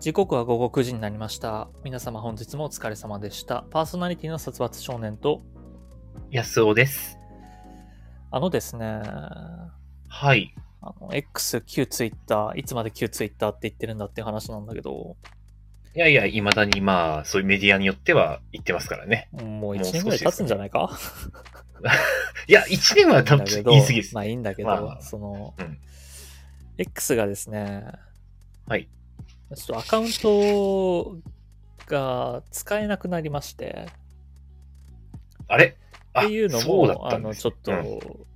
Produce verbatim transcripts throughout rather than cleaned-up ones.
時刻は午後くじになりました。皆様本日もお疲れ様でした。パーソナリティの殺伐少年と安尾です。 あのですね、 はい。 あの X、旧 Twitter、いつまで旧 Twitter って言ってるんだっていう話なんだけど、 いやいや、未だにまあ、そういうメディアによっては言ってますからね。 もういちねんぐらい経つんじゃないかいや、いちねんは多分言い過ぎです、ね。 まあいいんだけど、まあ、その、うん、X がですね、 はい。 ちょっとアカウントが使えなくなりまして、 あれっていうのも、あの、ちょっと、うん、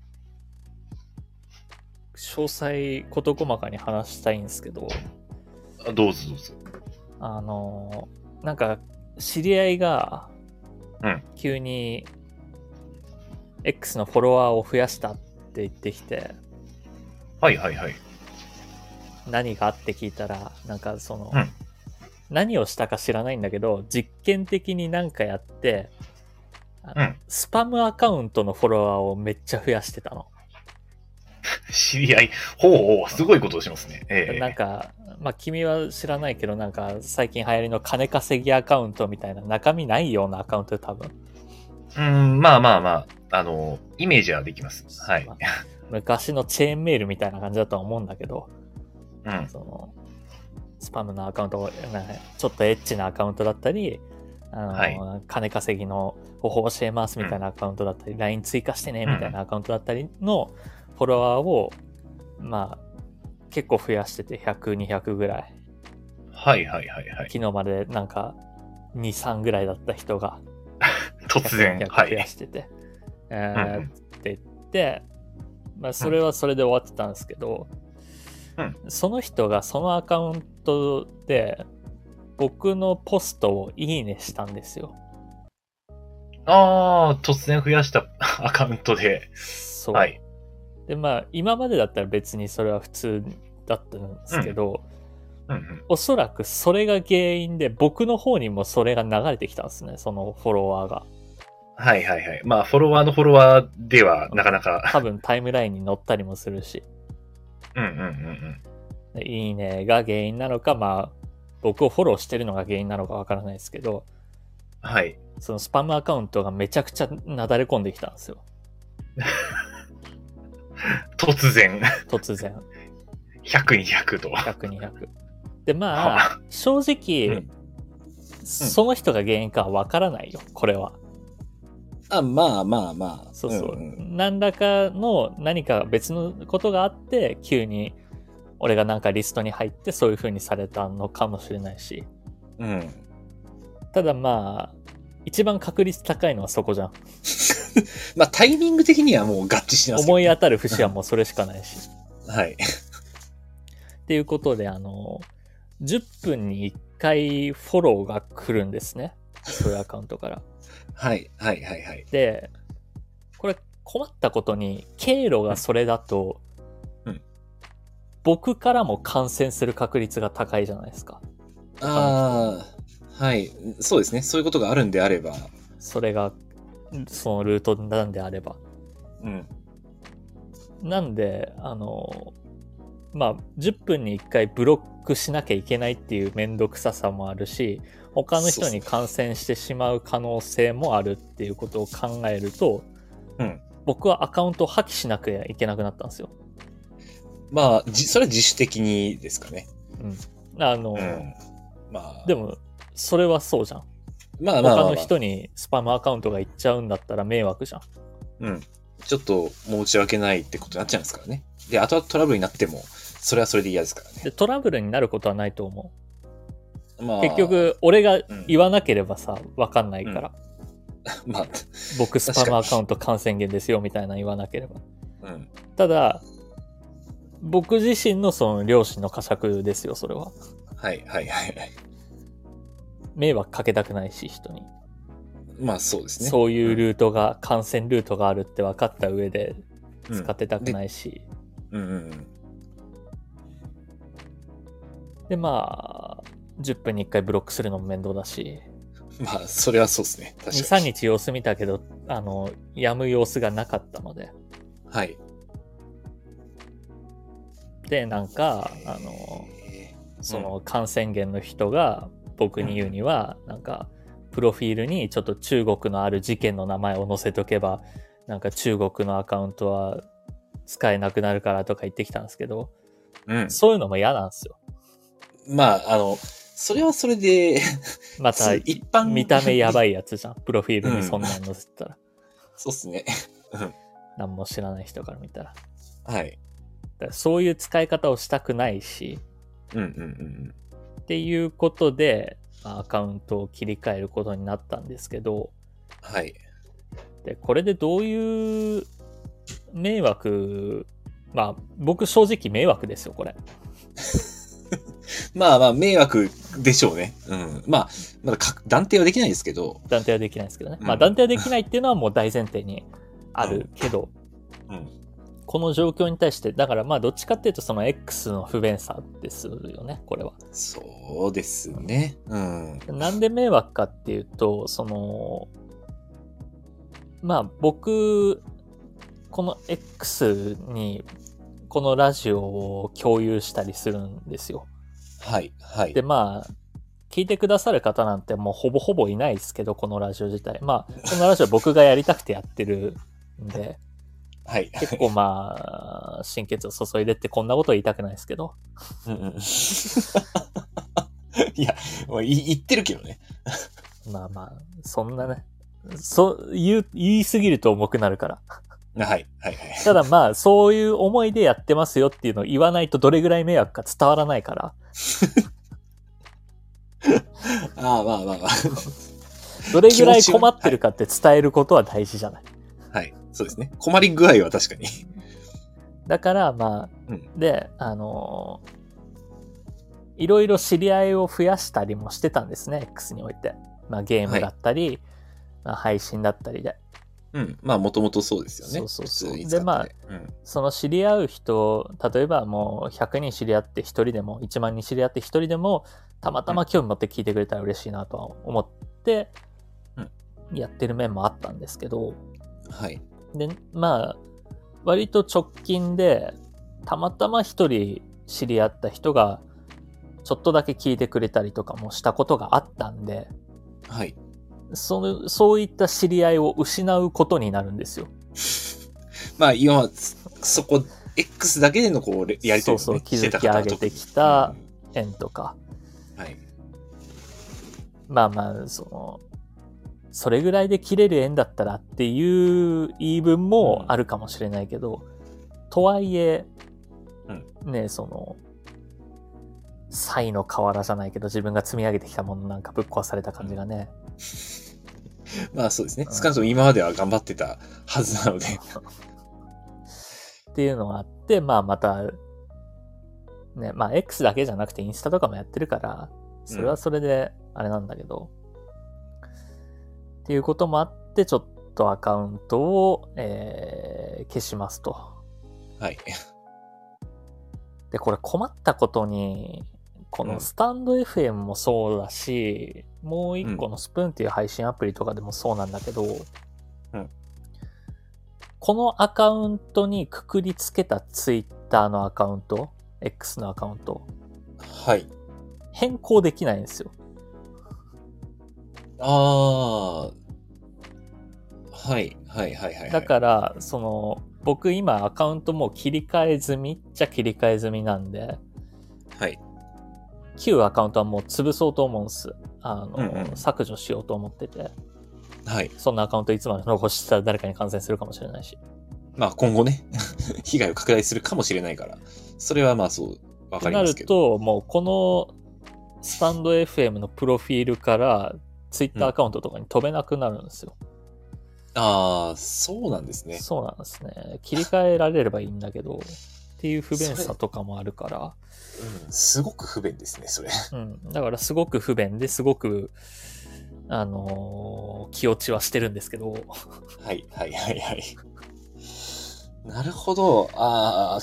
詳細、事細かに話したいんですけど、 あ、どうぞどうぞ。 あの、なんか、知り合いが、急に、X のフォロワーを増やしたって言ってきて、 はいはいはい。 何があって聞いたら、なんかその、 うん、 何をしたか知らないんだけど、実験的になんかやって、うん、スパムアカウントのフォロワーをめっちゃ増やしてたの。 知り合い、ほうほう、すごいことをしますね。ええー、なんか、まあ君は知らないけど、なんか最近流行りの金稼ぎアカウントみたいな中身ないようなアカウントで多分。 うん、まあまあまあ、あの、イメージはできます。はい。まあ、 昔のチェーンメールみたいな感じだとは思うんだけど、 うん、 そのスパムのアカウント、ちょっとエッチなアカウントだったり、あの、はい、金稼ぎの方法を教えますみたいなアカウントだったり、うん、ライン 追加してねみたいなアカウントだったりのフォロワーを、まあ、結構増やしててひゃく、にひゃくぐらい。 はいはいはいはい。 昨日までなんかに、さんぐらいだった人が突然、 ひゃく、にひゃく増やしてて、はい、えー、って言って、まあ、それはそれで終わってたんですけど、うん、その人がそのアカウントで僕のポストをいいねしたんですよ。 ああ、突然増やしたアカウントで。 そう。はい。で、まあ、今までだったら別にそれは普通だったんですけど、うんうんうん、おそらくそれが原因で僕の方にもそれが流れてきたんですね、そのフォロワーが。 はいはいはい。まあ、フォロワーのフォロワーではなかなか。 多分タイムラインに載ったりもするし。 うんうんうんうん。いいねが原因なのか、まあ、僕をフォローしてるのが原因なのかわからないですけど、 はい。 そのスパムアカウントがめちゃくちゃなだれ込んできたんですよ。 突然。 突然。 ひゃく、にひゃくと。 ひゃく、にひゃく。で、まあ、正直、うん、その人が原因かはわからないよ、これは。 あ、まあまあまあ。 そうそう。うんうん、何らかの何か別のことがあって、急に俺がなんかリストに入ってそういう風にされたのかもしれないし。 うん。 ただまあ、一番確率高いのはそこじゃん。 まあタイミング的にはもう合致します、 ね、思い当たる節はもうそれしかないし。 はい。 っていうことで、あの、じゅっぷんにいっかいフォローが来るんですね。そういうアカウントから。 はい、はい、はい、はい。 で、これ困ったことに、経路がそれだと、 うん、 僕からも感染する確率が高いじゃないですか。 ああ、はい。そうですね。そういうことがあるんであれば。 それが、そのルートなんであれば。 うん。 なんで、あの、まあ、じゅっぷんにいっかいブロックしなきゃいけないっていうめんどくささもあるし、他の人に感染してしまう可能性もあるっていうことを考えると、 うん、 僕はアカウントを破棄しなきゃいけなくなったんですよ。 まあ、じそれは自主的にですかね。 うん。あの、うん、 まあ。 でも、それはそうじゃん。 まあまあまあ、まあ、 他の人にスパムアカウントがいっちゃうんだったら迷惑じゃん。 うん。ちょっと申し訳ないってことになっちゃいますからね。で、後々トラブルになっても、それはそれで嫌ですからね。 で、トラブルになることはないと思う。まあ、結局、俺が言わなければさ、うん、わかんないから。 うん、まあ、 僕スパムアカウント感染源ですよみたいな言わなければ。 うん、 ただ、僕自身のその良心の呵責ですよ、それは。 はいはいはいはい。 迷惑かけたくないし、人に。 まあそうですね。 そういうルートが、うん、感染ルートがあるって分かった上で使ってたくないし。 うん、うんうんうんで、まあ、じゅっぷんにいっかいブロックするのも面倒だし。 まあ、それはそうですね。確かに。 に、さんにち様子見たけど、あの、やむ様子がなかったので。 はい。 で、なんか、あの、 その感染源の人が僕に言うには、なんかプロフィールにちょっと中国のある事件の名前を載せとけばなんか中国のアカウントは使えなくなるからとか言ってきたんですけど、 うん。 そういうのも嫌なんですよ。 まあ、あの、それはそれでまた一般見た目やばいやつじゃん。プロフィールにそんなの載せてたら。 そうっすね。うん何も知らない人から見たら。 はい。 だからそういう使い方をしたくないし、 うんうんうんっていうことで、まあアカウントを切り替えることになったんですけど、 はい。 でこれでどういう迷惑、まあ僕正直迷惑ですよこれ。 まあまあ、迷惑でしょうね。うん。まあ、まだか断定はできないですけど。 断定はできないですけどね。 うんまあ断定はできないっていうのはもう大前提にあるけど、 うん。 この状況に対して、だからまあどっちかっていうとその X の不便さですよね、これは。 そうですね。うん。 なんで迷惑かっていうと、その、まあ僕、この X にこのラジオを共有したりするんですよ。 はい、はい。 でまあ、聞いてくださる方なんてもうほぼほぼいないですけど、このラジオ自体。まあ、このラジオ僕がやりたくてやってるんで、 はい。 結構まあ、心血を注いでってこんなこと言いたくないですけど。 うんうん、いや、まあ、い言ってるけどね。 まあまあ、そんなね、そう言う、言いすぎると重くなるから。 はい、はい、はい。 ただまあ、そういう思いでやってますよっていうのを言わないとどれぐらい迷惑か伝わらないから。 ああ、まあまあまあ。 どれぐらい困ってるかって伝えることは大事じゃない。 はい、そうですね。困り具合は確かに。 だからまあ、 うん、 で、あのー、いろいろ知り合いを増やしたりもしてたんですね、X において。まあゲームだったり、はい、まあ、配信だったりで。 うん。まあ、もともとそうですよね。 そうそうそう。 で、 で、まあ、 うん、 その知り合う人、例えばもうひゃくにん知り合ってひとりでも、いちまんにん知り合ってひとりでも、たまたま興味持って聞いてくれたら嬉しいなとは思って、やってる面もあったんですけど、 はい。 で、まあ、割と直近で、たまたまひとり知り合った人が、ちょっとだけ聞いてくれたりとかもしたことがあったんで、 はい。 その、そういった知り合いを失うことになるんですよ。 まあ、今、そこ、X だけでのこう、やりとりを、ね、 そうそう、築き上げてきた縁とか。 うん、はい。 まあまあ、その、それぐらいで切れる縁だったらっていう言い分もあるかもしれないけど、うん、とはいえ、うん、ね、その、才の河原じゃないけど自分が積み上げてきたものなんかぶっ壊された感じがね。 まあそうですね。少なくとも今までは頑張ってたはずなので。 っていうのがあって、まあまた、ね、まあ X だけじゃなくてインスタとかもやってるから、それはそれであれなんだけど、うん、っていうこともあって、ちょっとアカウントを、えー、消しますと。 はい。 で、これ困ったことに、このスタンド エフエム もそうだし、うん、もう一個のスプーンっていう配信アプリとかでもそうなんだけど、うん、このアカウントにくくりつけた Twitter のアカウント、X のアカウント、 はい。 変更できないんですよ。 ああ、はい、はい、はい、はい。 だから、その、僕今アカウントもう切り替え済みっちゃ切り替え済みなんで、 はい。 旧アカウントはもう潰そうと思うんです。あの、うんうん、削除しようと思ってて。 はい。 そんなアカウントいつまで残してたら誰かに感染するかもしれないし。 まあ今後ね、被害を拡大するかもしれないから、それはまあそう、わかりますけど。 なると、もうこのスタンド エフエム のプロフィールからツイッターアカウントとかに飛べなくなるんですよ。うんああ、そうなんですね。 そうなんですね。切り替えられればいいんだけど、っていう不便さとかもあるから。 うん、すごく不便ですね、それ。 うん。だからすごく不便ですごく、あのー、気落ちはしてるんですけど。 はい、はい、はい、はい。なるほど。あ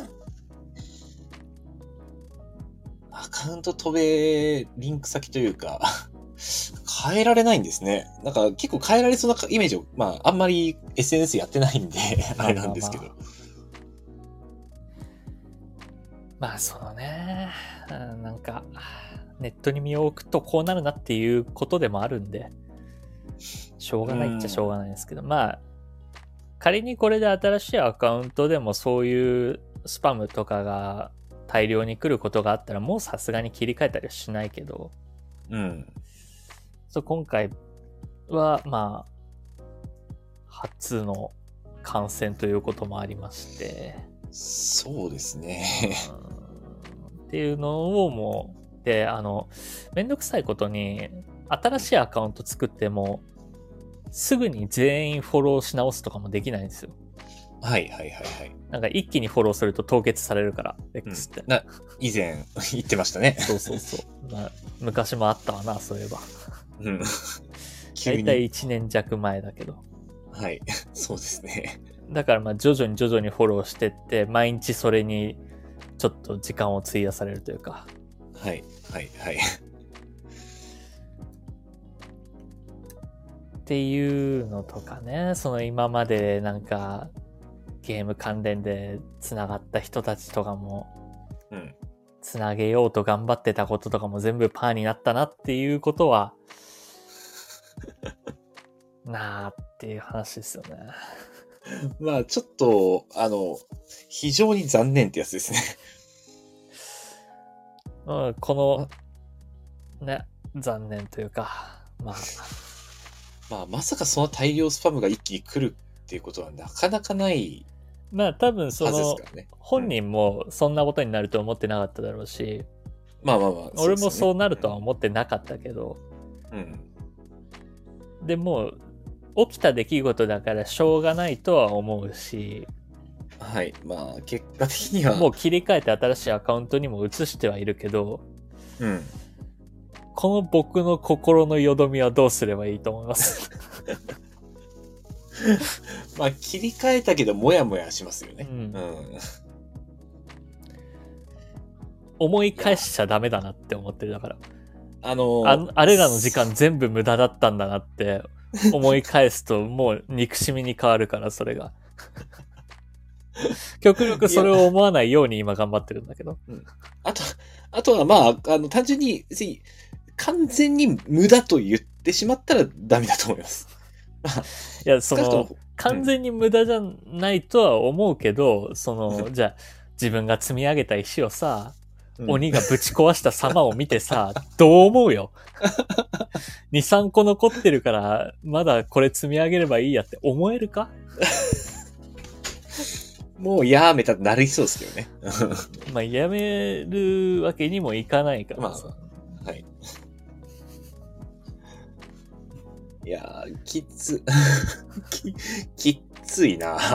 あ。アカウント飛べ、リンク先というか、変えられないんですね。なんか結構変えられそうなイメージを、まああんまり エスエヌエス やってないんで、あれなんですけど。 まあ、まあ、まあそのね、 なんか、ネットに身を置くとこうなるなっていうことでもあるんで、しょうがないっちゃしょうがないんですけど、まあ、仮にこれで新しいアカウントでもそういうスパムとかが大量に来ることがあったら、もうさすがに切り替えたりはしないけど、 うん。 そう今回は、まあ、初の感染ということもありまして、 そうですね。 っていうのをもう、で、あの、めんどくさいことに、新しいアカウント作っても、すぐに全員フォローし直すとかもできないんですよ。 はいはいはいはい。 なんか一気にフォローすると凍結されるから、X って。 うん、な以前言ってましたね。 そうそうそう。まあ、昔もあったわな、そういえば。 うん。 だいたいいちねん弱前だけど。 はい。そうですね。 だからまあ徐々に徐々にフォローしてって、毎日それにちょっと時間を費やされるというか。 はいはいはい。 っていうのとかね、その今までなんかゲーム関連でつながった人たちとかも、 うん、 つなげようと頑張ってたこととかも全部パーになったなっていうことはなあっていう話ですよね。 まあちょっとあの非常に残念ってやつですね。 うん、このね残念というか、まあまあまさかその大量スパムが一気に来るっていうことはなかなかない。 まあ多分その、 ね、 本人もそんなことになると思ってなかっただろうし、 まあまあまあ、 俺もそうなるとは思ってなかったけど、 うん、 でも起きた出来事だからしょうがないとは思うし、 はい、まあ結果的にはもう切り替えて新しいアカウントにも移してはいるけど、 うん、 この僕の心のよどみはどうすればいいと思いますまあ切り替えたけどもやもやしますよね、うんうん、 思い返しちゃダメだなって思ってる。だからあのー、 あ, あれらの時間全部無駄だったんだなって思い返すともう憎しみに変わるから、それが極力それを思わないように今頑張ってるんだけど、 うん、あとあとはまああの単純に完全に無駄と言ってしまったらダメだと思います。 いや、その、完全に無駄じゃないとは思うけど、うん、その、じゃあ、自分が積み上げた石をさ、うん、鬼がぶち壊した様を見てさ、どう思うよ。に、さんこ残ってるから、まだこれ積み上げればいいやって思えるかもうやめたってなりそうですけどね。 まあ、やめるわけにもいかないからさ。 まあ、はい。いやー、きつ、き、きっついな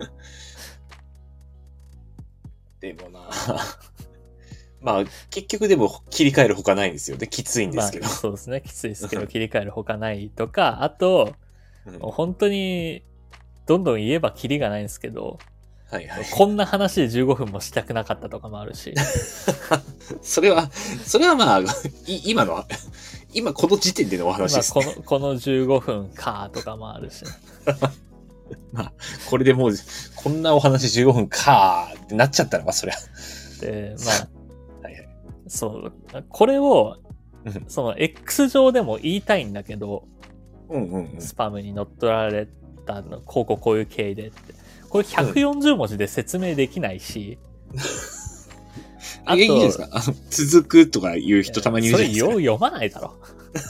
でもなまあ、結局でも切り替えるほかないんですよね。きついんですけど。 まあ、そうですね。きついですけど、切り替えるほかないとか、あと、うん、本当に、どんどん言えばキリがないんですけど、 はいはい、 こんな話でじゅうごふんもしたくなかったとかもあるし。 それは、それはまあ、い今のは、今この時点でのお話ですね。 まあ、この、このじゅうごふんかとかもあるし。 まあ、これでもう、こんなお話じゅうごふんかってなっちゃったら、まあそりゃ。 で、まあ、はいはい、そう、これを、その X 上でも言いたいんだけど、 うんうんうん、 スパムに乗っ取られたの、こうこうこういう経緯でって。これひゃくよんじゅう文字で説明できないし。 うん、あといいですか、あの続くとか言う人たまにいるじゃないですか。 それ読まないだろ。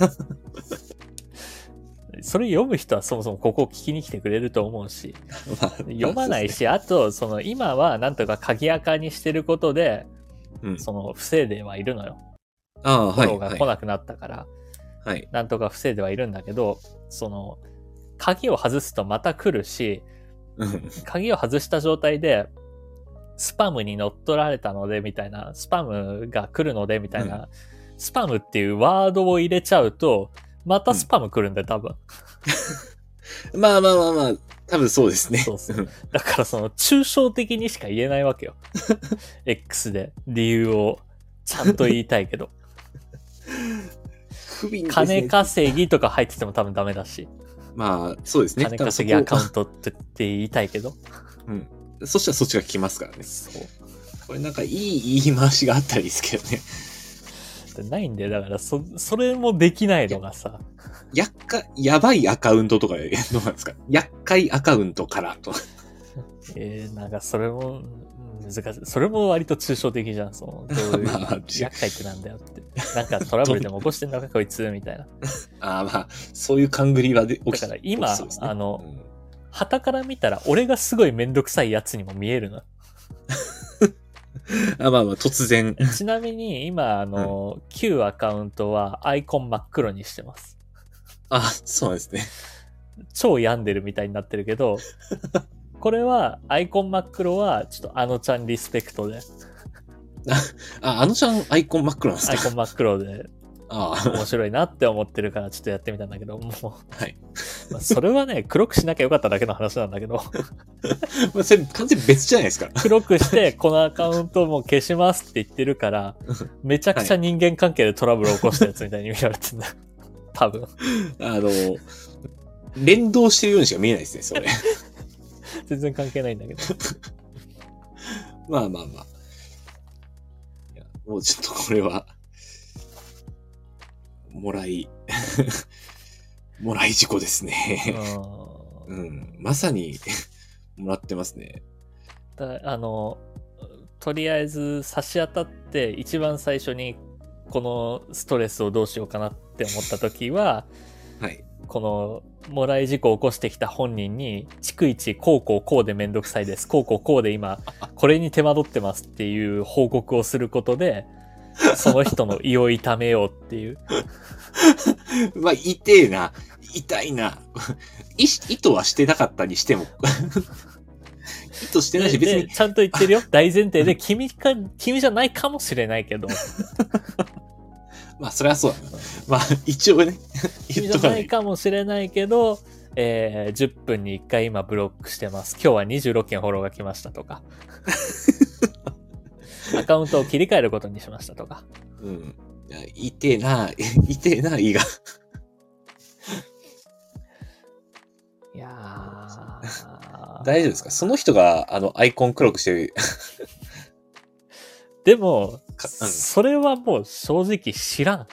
それ読む人はそもそもここを聞きに来てくれると思うし。まあ、読まないし、あと、その今はなんとか鍵垢にしてることで、うん、その防いではいるのよ。 ああ、はい。 フォローが来なくなったから、 はい。 なんとか防いではいるんだけど、その、鍵を外すとまた来るし、鍵を外した状態で、スパムに乗っ取られたので、みたいな、スパムが来るので、みたいな、うん、スパムっていうワードを入れちゃうと、またスパム来るんだよ、多分。 まあまあまあまあ、多分そうですね。 そうそう。だからその、抽象的にしか言えないわけよ。X で理由をちゃんと言いたいけど。 不憫ですね。 金稼ぎとか入ってても多分ダメだし。 まあ、そうですね。 金稼ぎアカウントって言いたいけど。 うん。そしたらそっちが聞きますからね。 そう。 これなんかいい言い回しがあったらいいですけどね。 ないんだよ。だからそ、それもできないのがさ。 厄介、やばいアカウントとかでどうなんですか？厄介アカウントからと。 えー、なんかそれも難しい。それも割と抽象的じゃん。その、どういう、 まあ厄介ってなんだよって。なんかトラブルでも起こしてんのかこいつみたいな。 ああまあ、そういう勘繰りはで起きだから今、 起きそうですね、 あの、 うん、 旗から見たら俺がすごいめんどくさいやつにも見えるの。 あまあまあ、突然。 ちなみに今、あの、うん、旧アカウントはアイコン真っ黒にしてます。 あ、そうなんですね。 超病んでるみたいになってるけど、これは、アイコン真っ黒は、ちょっとあのちゃんリスペクトで。 あ、あのちゃんアイコン真っ黒なんですか？ アイコン真っ黒で。 ああ面白いなって思ってるからちょっとやってみたんだけど、もう。 はい。 まあそれはね、黒くしなきゃよかっただけの話なんだけど。 まあそれ完全に別じゃないですか。 黒くして、このアカウントも消しますって言ってるから、めちゃくちゃ人間関係でトラブルを起こしたやつみたいに見られてんだよ。多分。あの、連動してるようにしか見えないですね、それ。 全然関係ないんだけど。 まあまあまあ。いやもうちょっとこれは、もらい、もらい事故ですね。うん。まさに、もらってますね。 だあの、とりあえず差し当たって一番最初にこのストレスをどうしようかなって思った時は、 はい。 この、もらい事故を起こしてきた本人に、逐一、こうこうこうでめんどくさいです。こうこうこうで今、これに手間取ってますっていう報告をすることで、その人の胃を痛めようっていう。 まあ、痛えな。痛いな。意図はしてなかったにしても。意図してないし、別に。 ちゃんと言ってるよ。大前提で、君か、君じゃないかもしれないけど。 まあ、それはそうだな。まあ、一応ね。 君じゃないかもしれないけど、えー、じゅっぷんにいっかい今ブロックしてます。今日はにじゅうろっけんフォローが来ましたとか。アカウントを切り替えることにしましたとか。 うん。いや、痛えな、痛えな、胃が。 いやー。 大丈夫ですか？その人が、あの、アイコン黒くしてる。 でも、 うん、 それはもう正直知らん。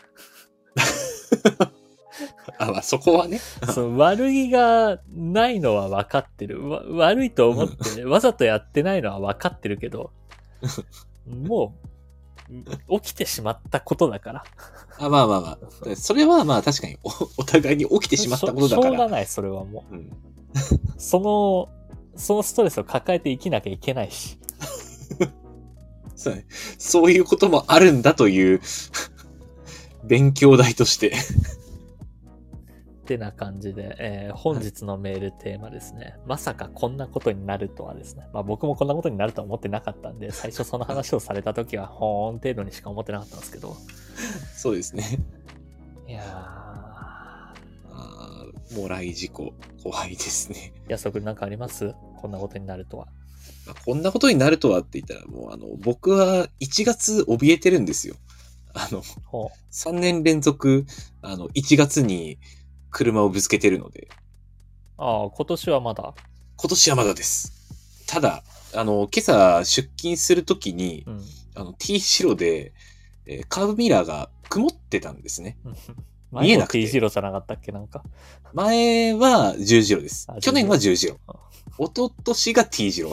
あ、まあ、そこはね。 その悪気がないのは分かってる。わ悪いと思って、わざとやってないのは分かってるけど、もう、起きてしまったことだから。 あ、まあまあまあ。それはまあ確かにお、お互いに起きてしまったことだから。 しょうがない、それはもう。 うん、 その、そのストレスを抱えて生きなきゃいけないし。 そうね。そういうこともあるんだという勉強代として。 ってな感じで、えー、本日のメールテーマですね、はい。まさかこんなことになるとはですね。まあ僕もこんなことになるとは思ってなかったんで、最初その話をされた時は、ほーん程度にしか思ってなかったんですけど。 そうですね。 いやー。 あー、もらい事故、怖いですね。 安田君なんかあります？こんなことになるとは。 こんなことになるとはって言ったら、もうあの、僕はいちがつ怯えてるんですよ。あの、さんねん連続、あの、いちがつに車をぶつけてるので。 ああ、今年はまだ？ 今年はまだです。ただ、あの、今朝出勤するときに、うん、あの、T 白で、えー、カーブミラーが曇ってたんですね。見えなくて。 T 白じゃなかったっけなんか。 前は十字路です。去年は十字路。一昨年が T 白。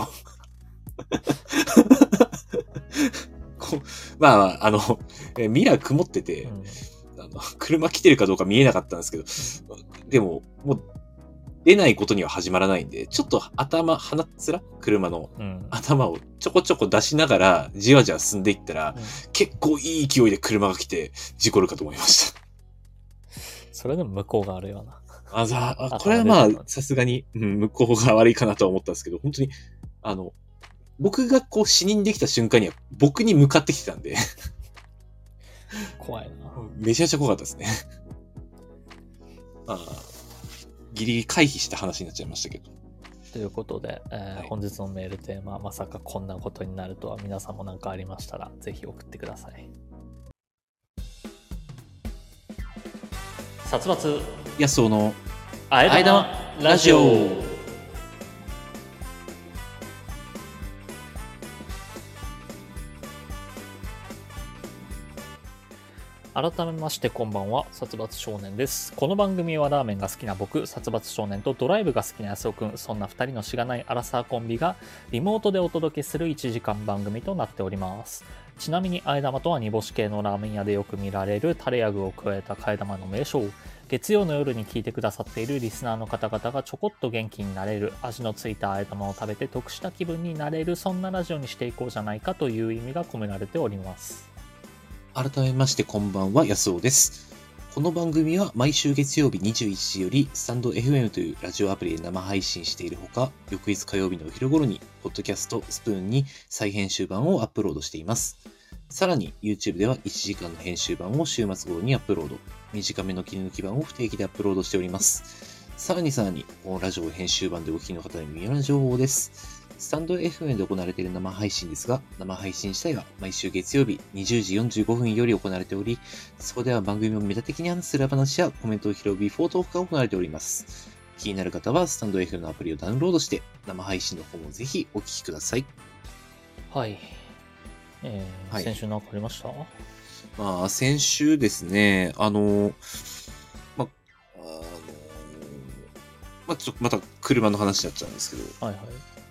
まあまあ、あの、ミラー曇ってて、うん、あの車来てるかどうか見えなかったんですけど、うん、でも、もう、出ないことには始まらないんで、ちょっと頭、鼻っ面車の頭をちょこちょこ出しながら、じわじわ進んでいったら、うん、結構いい勢いで車が来て、事故るかと思いました。 それでも向こうがあるような。 あ、ざあ、これはまあ、さすがに、うん、向こうが悪いかなとは思ったんですけど、本当に、あの、僕がこう死人できた瞬間には僕に向かってきてたんで。 怖いな。 めちゃめちゃ怖かったですね。まあ、ギリギリ回避した話になっちゃいましたけど。 ということで、えーはい、本日のメールテーマ、まさかこんなことになるとは、皆さんも何かありましたら、ぜひ送ってください。殺伐安生のあえ玉ラジオ。 改めましてこんばんは、殺伐少年です。この番組はラーメンが好きな僕、殺伐少年とドライブが好きな安尾くん、そんなふたりのしがないアラサーコンビがリモートでお届けするいちじかん番組となっております。ちなみにあえ玉とは煮干し系のラーメン屋でよく見られるタレや具を加えた替え玉の名称。月曜の夜に聞いてくださっているリスナーの方々がちょこっと元気になれる、味のついたあえ玉を食べて得した気分になれる、そんなラジオにしていこうじゃないかという意味が込められております。 改めましてこんばんは、安尾です。この番組は毎週月曜日にじゅういちじよりスタンド エフエム というラジオアプリで生配信しているほか、翌日火曜日のお昼頃にポッドキャストスプーンに再編集版をアップロードしています。さらに YouTube ではいちじかんの編集版を週末頃にアップロード、短めの切り抜き版を不定期でアップロードしております。さらにさらに、このラジオ編集版でお聞きの方に微妙な情報です。スタンド エフエム で行われている生配信ですが、生配信自体は毎週月曜日にじゅうじよんじゅうごふんより行われており、そこでは番組をメタ的に話す裏話やコメントを拾うビフォートークが行われております。気になる方はスタンド エフエム のアプリをダウンロードして、生配信の方もぜひお聞きください。 はい。えーはい、先週何かありました？ まあ、先週ですね、あの、ま、あの、まあ、ちょっとまた車の話になっちゃうんですけど、 はいはい。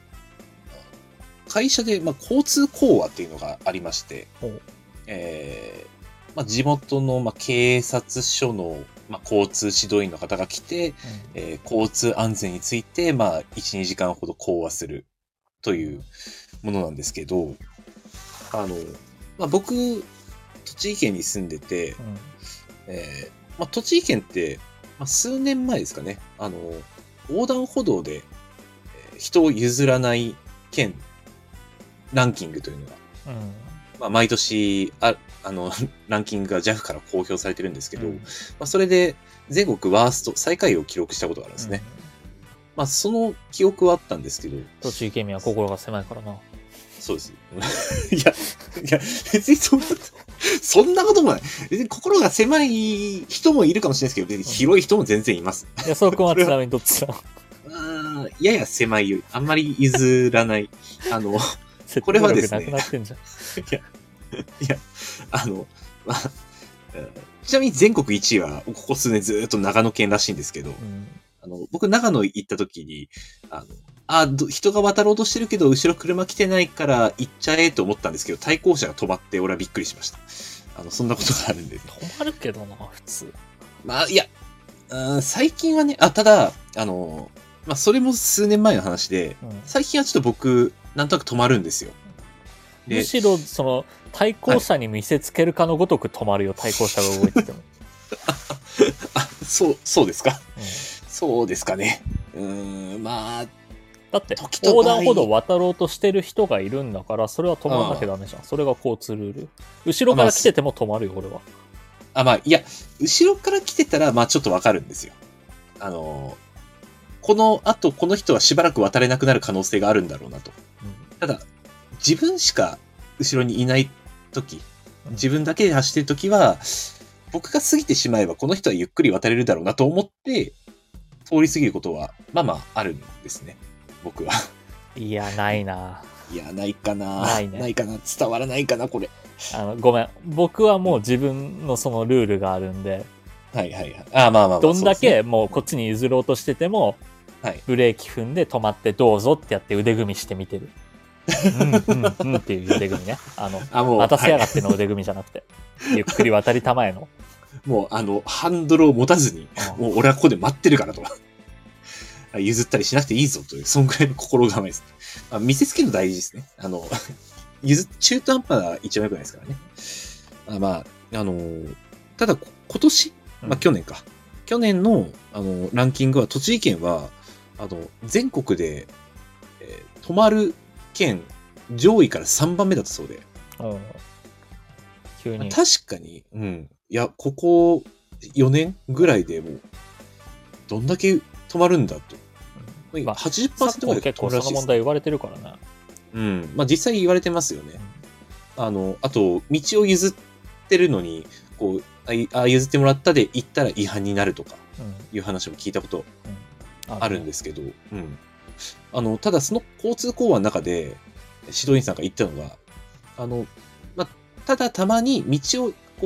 会社で、まあ、交通講話っていうのがありまして、えーまあ、地元の、まあ、警察署の、まあ、交通指導員の方が来て、うんえー、交通安全について、まあ、いち、にじかんほど講話するというものなんですけど、あの、まあ、僕、栃木県に住んでて、うんえーまあ、栃木県って、まあ、数年前ですかね、あの、横断歩道で、えー、人を譲らない県ランキングというのが、うんまあ、毎年ああのランキングが ジャフ から公表されてるんですけど、うんまあ、それで全国ワースト最下位を記録したことがあるんですね、うんまあ、その記憶はあったんですけど、 栃木県民は心が狭いからな。 そうですいやいや別にそんなそんなこともない。別に心が狭い人もいるかもしれないですけど、別に広い人も全然います。 いや、そこはちなみにどっちだあやや狭い、あんまり譲らない。あの、これはですね。 なくなってんじゃん。いや、いや、あの、まあ、ちなみに全国いちいは、ここ数年ずっと長野県らしいんですけど、うん、あの僕、長野行った時に、あの、あ人が渡ろうとしてるけど、後ろ車来てないから行っちゃえと思ったんですけど、対向車が止まって、俺はびっくりしました。あの、そんなことがあるんで、ね。 止まるけどな、普通。 まあ、いや、最近はね、あ、ただ、あの、まあ、それも数年前の話で、うん、最近はちょっと僕、なんとなく止まるんですよ。 むしろ、その、対向車に見せつけるかのごとく止まるよ、はい、対向車が動いてても。 あ、そう、そうですか。うん、そうですかね。うーん、まあ、 だって、横断歩道を渡ろうとしてる人がいるんだから、それは止まらなきゃダメじゃん。それが交通ルール。後ろから来てても止まるよ、俺は。 あ、まあ、いや、後ろから来てたら、まあ、ちょっとわかるんですよ。あの、この後、この人はしばらく渡れなくなる可能性があるんだろうなと。うん、ただ、自分しか後ろにいないとき、自分だけで走ってるときは、僕が過ぎてしまえば、この人はゆっくり渡れるだろうなと思って、通り過ぎることは、まあまあ、あるんですね。僕は。 いや、ないな。 いや、ないかな。ないね。ないかな。伝わらないかな、これ。 あの、ごめん。僕はもう自分のそのルールがあるんで。 はいはいはい。あ、まあまあまあ。 どんだけもうこっちに譲ろうとしてても、はい、ブレーキ踏んで止まってどうぞってやって腕組みしてみてる。うんうんうんっていう腕組みね。あの、あもう待たせやがっての腕組みじゃなくて、はい、ゆっくり渡りたまえの。 もうあの、ハンドルを持たずに、もう俺はここで待ってるからと。譲ったりしなくていいぞという、そんぐらいの心構えですね。まあ、見せつけるの大事ですね。あの、譲中途半端が一番良くないですからね。あまあ、あの、ただ今年、まあ去年か。うん、去年の、あの、ランキングは、栃木県は、あの、全国で、えー、止まる県上位からさんばんめだったそうで。 うん急に。 まあ、確かに、うん。いや、ここよねんぐらいでもう、どんだけ止まるんだと。まあ、はちじゅっパーセント ぐらい結構その問題言われてるからね。 うん。まあ実際言われてますよね。うん、あの、あと、道を譲ってるのに、こう、あ、譲ってもらったで行ったら違反になるとか、いう話も聞いたことあるんですけど、うん。うん、あの、ただその交通講話の中で、指導員さんが言ったのが、あの、まあ、ただたまに道をこう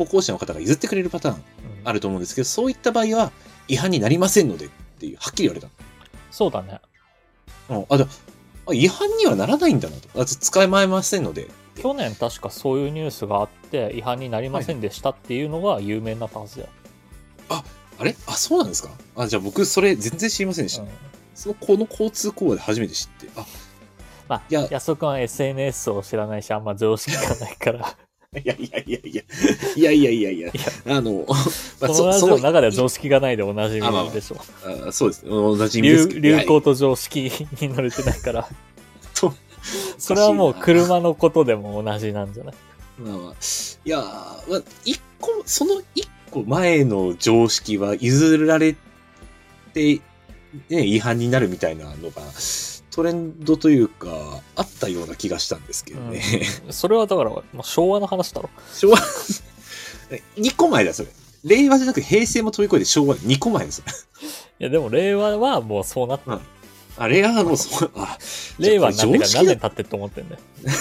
歩行者の方が譲ってくれるパターンあると思うんですけど、そういった場合は違反になりませんのでっていう、はっきり言われた。 そうだね。 あ、あ、じゃあ違反にはならないんだなと。あ、使いまえませんので。 去年確かそういうニュースがあって、違反になりませんでしたっていうのが有名なはずだよ。 あ、あれあ、そうなんですか？あ、じゃあ僕それ全然知りませんでした。うん、その、この交通講話で初めて知って。あ、 まあ、いや、安尾くんは エスエヌエス を知らないし、あんま常識がないから。 いやいやいやいや、いやいやいやいや、いやあの、 まあ、そのラジオの中では常識がないでおなじみでしょ。 あ、まあ、あそうですね、おなじみですけど。 流行と常識に乗れてないから。と、それはもう車のことでも同じなんじゃない？ まあまあ、いや、まあ、一個、その一個前の常識は譲られて、ね、違反になるみたいなのが、トレンドというか、あったような気がしたんですけどね。 うん、それはだから、まあ、昭和の話だろ。 昭和にこまえだ、それ。令和じゃなく平成も飛び越えて昭和にこまえです。 いや、でも令和はもうそうなった。うん、 あ、令和はもうそう、あ、 令和になってから何年経ってって思ってんだよ。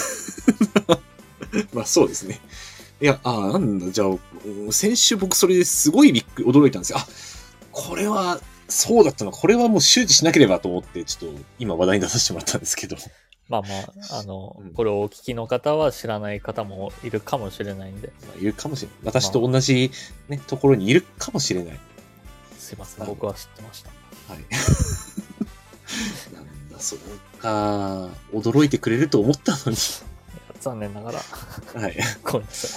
まあそうですね。いや、あ、なんだ、じゃあ、先週僕それですごいびっくり、驚いたんですよ。あ、これは、そうだったの、これはもう周知しなければと思って、ちょっと今話題に出させてもらったんですけど。 まあまあ、あの、うん、これをお聞きの方は知らない方もいるかもしれないんで。 まあ、いるかもしれない。私と同じ、ね、ところにいるかもしれない。 すいません、僕は知ってました。 はい。なんだ、そうか。驚いてくれると思ったのに。 残念ながら。 はい。 ごめんなさ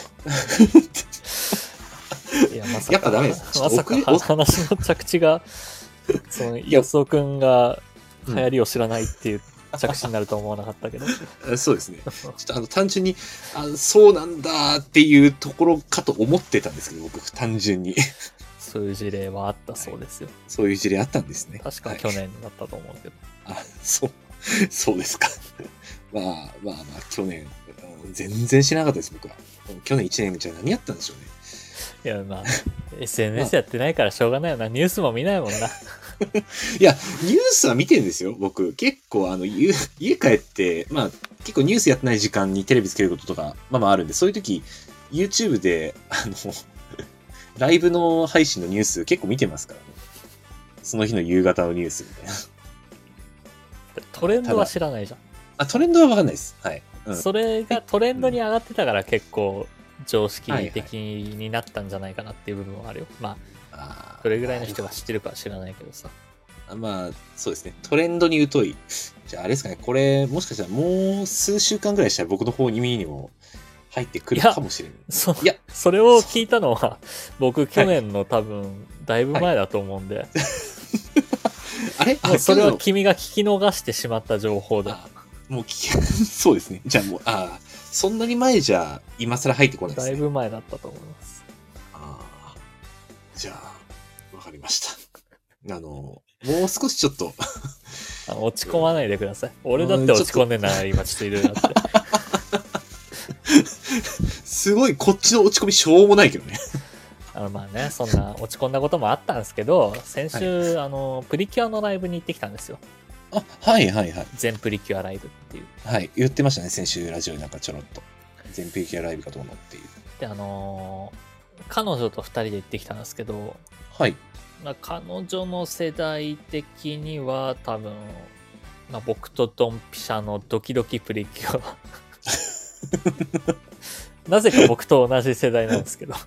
い。いや、まさか。 やっぱダメです。 まさか話の着地が、その、安尾くんが流行りを知らないっていう着地になるとは思わなかったけど。 そうですね。ちょっとあの、単純に、あ、そうなんだっていうところかと思ってたんですけど、僕、単純に。 そういう事例はあったそうですよ。はい、 そういう事例あったんですね。 確か去年だったと思うけど。 はい、あ、そう、そうですか。まあまあまあ、去年、全然知らなかったです、僕は。去年いちねんじゃ何やったんでしょうね。 いや、まあ、エスエヌエス やってないからしょうがないよな。ニュースも見ないもんな。 いや、ニュースは見てるんですよ、僕。結構、あの、家帰って、まあ、結構ニュースやってない時間にテレビつけることとか、まあまああるんで、そういう時、YouTube で、あの、ライブの配信のニュース結構見てますからね。その日の夕方のニュースみたいな。 トレンドは知らないじゃん。 あ、トレンドはわかんないです。はい。 うん、それがトレンドに上がってたから結構常識的になったんじゃないかなっていう部分はあるよ。まあ、どれぐらいの人が知ってるかは知らないけどさ。 まあ、そうですね。トレンドに疎い。じゃあ、あれですかね。これ、もしかしたらもう数週間ぐらいしたら僕の方に耳にも入ってくるかもしれない。 そいや、それを聞いたのは、僕、去年の多分、だいぶ前だと思うんで。はい、 あれもうそれは君が聞き逃してしまった情報だ。 もう聞き、そうですね。じゃあもう、ああ、そんなに前じゃ、今更入ってこないですね。 だいぶ前だったと思います。 ああ、じゃあ、わかりました。あの、もう少しちょっとあの。落ち込まないでください。俺だって落ち込んでんなら今ちょっといろいろあって。 すごい、こっちの落ち込みしょうもないけどね。 あのまあね、そんな落ち込んだこともあったんですけど、先週、はい、あの、プリキュアのライブに行ってきたんですよ。 あ、はいはいはい。 全プリキュアライブっていう。 はい、言ってましたね、先週ラジオになんかちょろっと。全プリキュアライブかと思うっていう。 で、あのー、彼女とふたりで行ってきたんですけど、 はい。 まあ、彼女の世代的には多分、まあ、僕とドンピシャのドキドキプリキュア。なぜか僕と同じ世代なんですけど。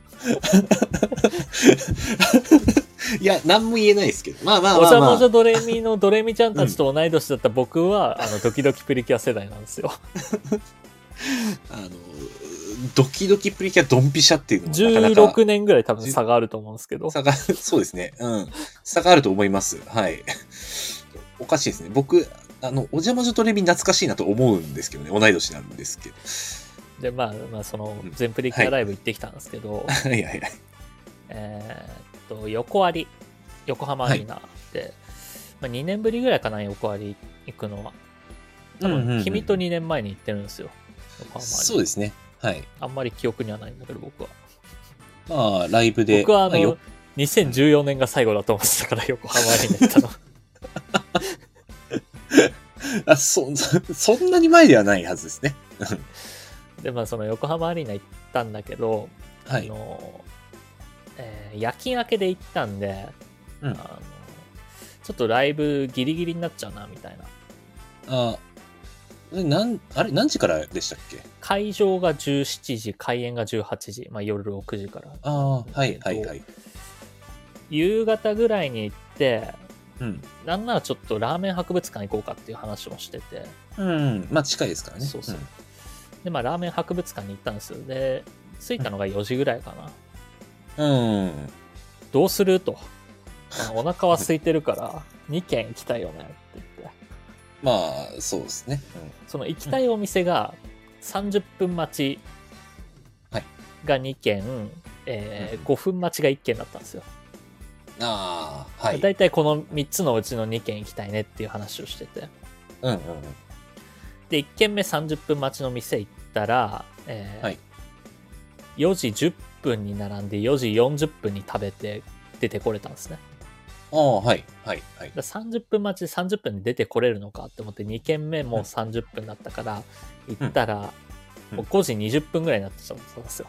いや、なんも言えないですけど。まあまあまあ、まあ。 おじゃまじゃドレミのドレミちゃんたちと同い年だった僕は、うん、あの、ドキドキプリキュア世代なんですよ。 あの、ドキドキプリキュアドンピシャっていうのもなかなかじゅうろくねんぐらい多分差があると思うんですけど。 差が、そうですね。うん。差があると思います。はい。おかしいですね。僕、あの、おじゃまじゃドレミ懐かしいなと思うんですけどね。同い年なんですけど。 で、まあ、まあ、その、全プリキュアライブ行ってきたんですけど、 はい、はいはいはい。 えー、っと、横割り、横浜アリーナで、はい、まあ、にねんぶりぐらいかな、横割り行くのは。多分、君とにねんまえに行ってるんですよ。横浜アリーナ。 そうですね。はい。 あんまり記憶にはないんだけど、僕は。 まあ、ライブで。 僕は、あの、にせんじゅうよねんが最後だと思ってたから、横浜アリーナ行ったの。 あ、そ、そんなに前ではないはずですね。 で、まあ、その横浜アリーナ行ったんだけど、 はい。 あの、えー夜勤明けで行ったんで、 うんあのちょっとライブギリギリになっちゃうなみたいな。 あー、なん、あれ、何時からでしたっけ？ 会場がじゅうしちじ、開演がじゅうはちじ、まあ、夜ろくじから。 ああ、はいはいはい。 夕方ぐらいに行って、 うん。 なんならちょっとラーメン博物館行こうかっていう話もしてて、 うん。まあ近いですからね。 そうそう。で、まあラーメン博物館に行ったんですよ。で、着いたのがよじぐらいかな。 うん。うん。 どうすると。あのお腹は空いてるからにけん行きたいよねって言って。 まあ、そうですね。 その行きたいお店がさんじゅっぷん待ちはいがにけん、えーうんごふん待ちがいっけんだったんですよ。 うん。ああ、はい。 だいたいこのみっつのうちのにけん行きたいねっていう話をしてて。 うんうんうん。 で、いっけんめさんじゅっぷん待ちの店行ったら、えーはいよじじゅっぷんに並んでよじよんじゅっぷんに食べて出てこれたんですね。 ああ、はいはいはい。 だからさんじゅっぷん待ちでさんじゅっぷんで出てこれるのかって思ってにけんめもさんじゅっぷんだったから行ったら、 うんもうごじにじゅっぷんぐらいになってたんですよ。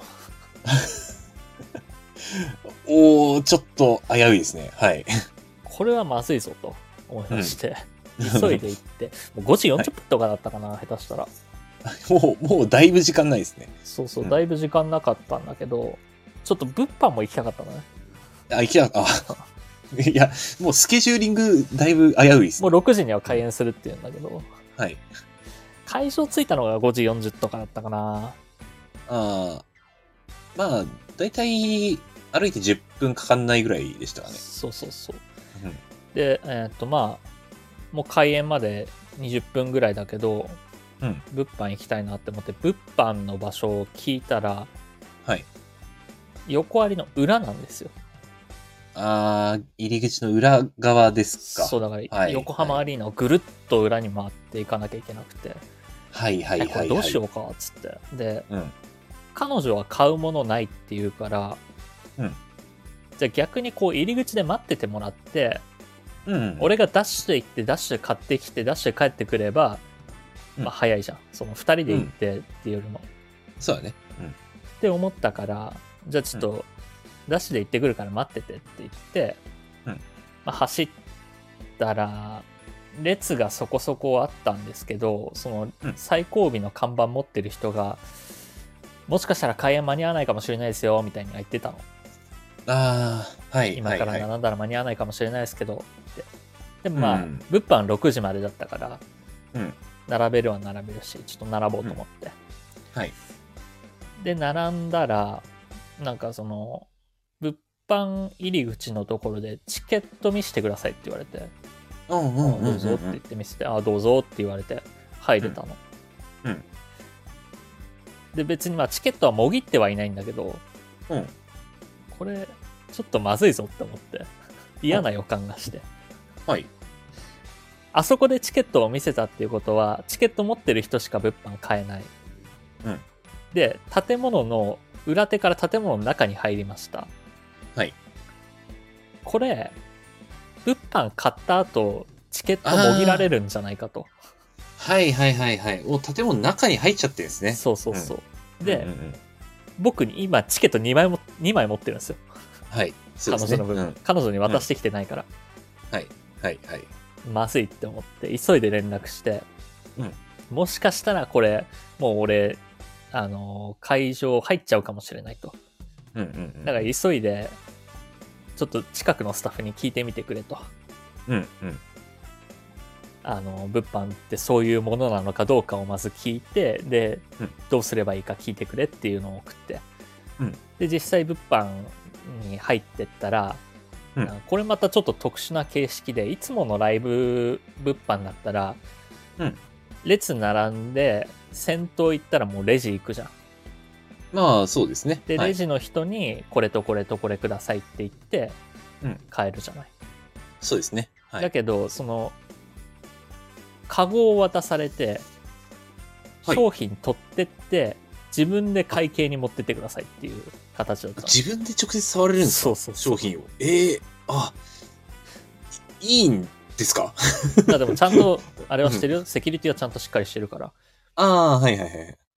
おー、ちょっと危ういですね。はい。 これはまずいぞと思いまして、急いで行ってもうごじよんじゅっぷんとかだったかな、下手したら。 もう、もうだいぶ時間ないですね。 そうそう、 うんだいぶ時間なかったんだけど、ちょっと物販も行きたかったのね。 あ、行きな、あ、いや、もうスケジューリングだいぶ危ういですね。 もうろくじには開演するっていうんだけど、 はい。 会場着いたのがごじよんじゅうとかだったかな。 ああ、まあ、だいたい歩いてじゅっぷんかかんないぐらいでしたかね。 そうそうそう。 うんで、えーっとまあ、もう開演までにじゅっぷんぐらいだけど、 うん物販行きたいなって思って、物販の場所を聞いたら、 はい。 横ありの裏なんですよ。 ああ、入り口の裏側ですか。 そうだから、 はい横浜アリーナをぐるっと裏に回っていかなきゃいけなくて、 はいはいはい、はい。 えこれどうしようかっつって。で、 うん。 彼女は買うものないって言うから、 うんじゃあ逆にこう入り口で待っててもらって、 うん。 俺がダッシュで行ってダッシュで買ってきてダッシュで帰ってくれば、 うんまあ早いじゃん。そのふたりで行ってっていうよりも。 そうだね。うん。 って思ったから、じゃあちょっとダッシュで行ってくるから待っててって言って、 うんまあ、走ったら列がそこそこあったんですけど、そのうん最後尾の看板持ってる人が、もしかしたら開演間に合わないかもしれないですよみたいに言ってたの。 ああ、はい。 今からはいはい、 並んだら間に合わないかもしれないですけどって。でもまあ、 うん物販ろくじまでだったから、 うん並べるは並べるし、ちょっと並ぼうと思って。 はい。 で、並んだら、なんかその、物販入り口のところでチケット見せてくださいって言われて、 うんうんうんうん、 どうぞって言って見せて、あ、どうぞって言われて入れたの。 うんうんで、別にまあチケットはもぎってはいないんだけど、 うんこれ、ちょっとまずいぞって思って、嫌な予感がして。 はい。 あそこでチケットを見せたっていうことは、チケット持ってる人しか物販買えない。 うんで、建物の裏手から建物の中に入りました。 はい。 これ、物販買った後、チケットもぎられるんじゃないかと。 はいはいはいはい。もう建物の中に入っちゃってるんですね。 そうそうそう。で、 うんうんうん僕に今チケットにまいもにまい持ってるんですよ。 はい。そう彼ですね。 女の分、 うん彼女に渡してきてないから、 はいはいはい。 まずいって思って急いで連絡して、 うんもしかしたらこれもう俺あのー会場入っちゃうかもしれないと。 うんうんうん。 だから急いでちょっと近くのスタッフに聞いてみてくれと。 うんうん。 あの物販ってそういうものなのかどうかをまず聞いて、で、 うんどうすればいいか聞いてくれっていうのを送って、 うんで実際物販に入ってったら、 うんこれまたちょっと特殊な形式で、いつものライブ物販だったら、 うん列並んで先頭行ったらもうレジ行くじゃん。 まあそうですね。 で、 はいレジの人にこれとこれとこれくださいって言ってうん買えるじゃない。 そうですね。はい。 だけどそのカゴを渡されて、 はい商品取ってって自分で会計に持ってってくださいっていう形だったの。 自分で直接触れるんですか？ そうそうそう商品を。ええあ、いいいんですか？ まあでもちゃんとあれはしてるよ、セキュリティはちゃんとしっかりしてるから。 ああ、はいはいはい。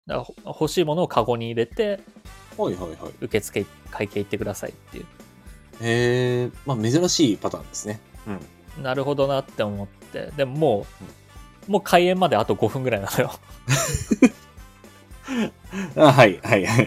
だから欲しいものをカゴに入れて、 はいはいはい。 受付会計行ってくださいっていう。 へえ、まあ珍しいパターンですね。うん。 なるほどなって思って、でももう、うん、もう開演まであとごふんぐらいなのよ。 あ、はいはいはい。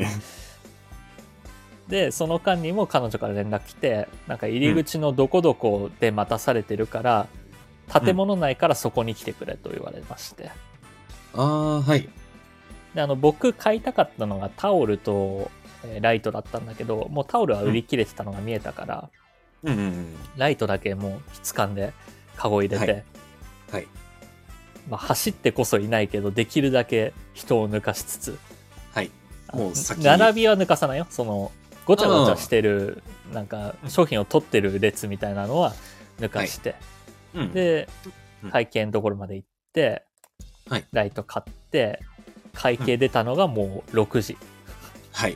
で、その間にも彼女から連絡来て、なんか入り口のどこどこで待たされてるから、うん、建物内からそこに来てくれと言われまして。 ああ、はい。 で、あの、僕買いたかったのがタオルと、えー、ライトだったんだけど、もうタオルは売り切れてたのが見えたから、 うんうんうん、 ライトだけもう質感でカゴ入れて、はい。 はい、 まあ、走ってこそいないけど、できるだけ人を抜かしつつ、 はい。もう先並びは抜かさないよ。その、ごちゃごちゃしてる、なんか、商品を取ってる列みたいなのは抜かして、はい、で、うん、会計のところまで行って、はい、ライト買って、会計出たのがもうろくじ。 はい。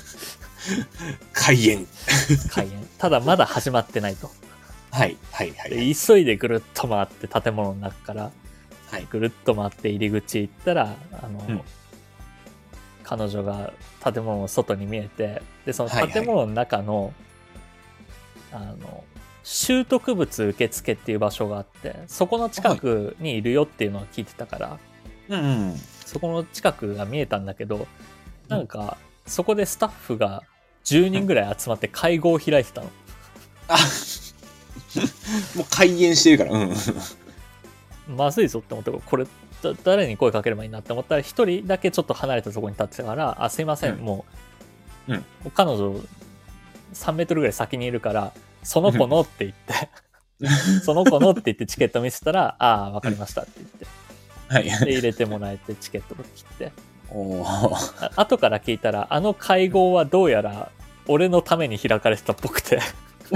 開演。 開演。ただまだ始まってないと。 はい、はい、はい。 で急いでぐるっと回って建物の中から、はい、ぐるっと回って入り口行ったら、あの、うん、彼女が建物の外に見えて、で、その建物の中の、はいはい、あの、拾得物受付っていう場所があって、そこの近くにいるよっていうのを聞いてたから、 うんうん、 そこの近くが見えたんだけど、なんか、うん、そこでスタッフがじゅうにんぐらい集まって会合を開いてたの。 あもう開演してるから、うん、 まずいぞって思って、これ誰に声かければいいなって思ったら、一人だけちょっと離れたところに立ってたから、あ、すいません、うん、もう、うん、彼女さんメートルぐらい先にいるから、その子のって言ってその子のって言ってチケット見せたら、ああ、わかりましたって言って、はい、で入れてもらえてチケットを切って、おあ後から聞いたら、あの会合はどうやら俺のために開かれてたっぽくて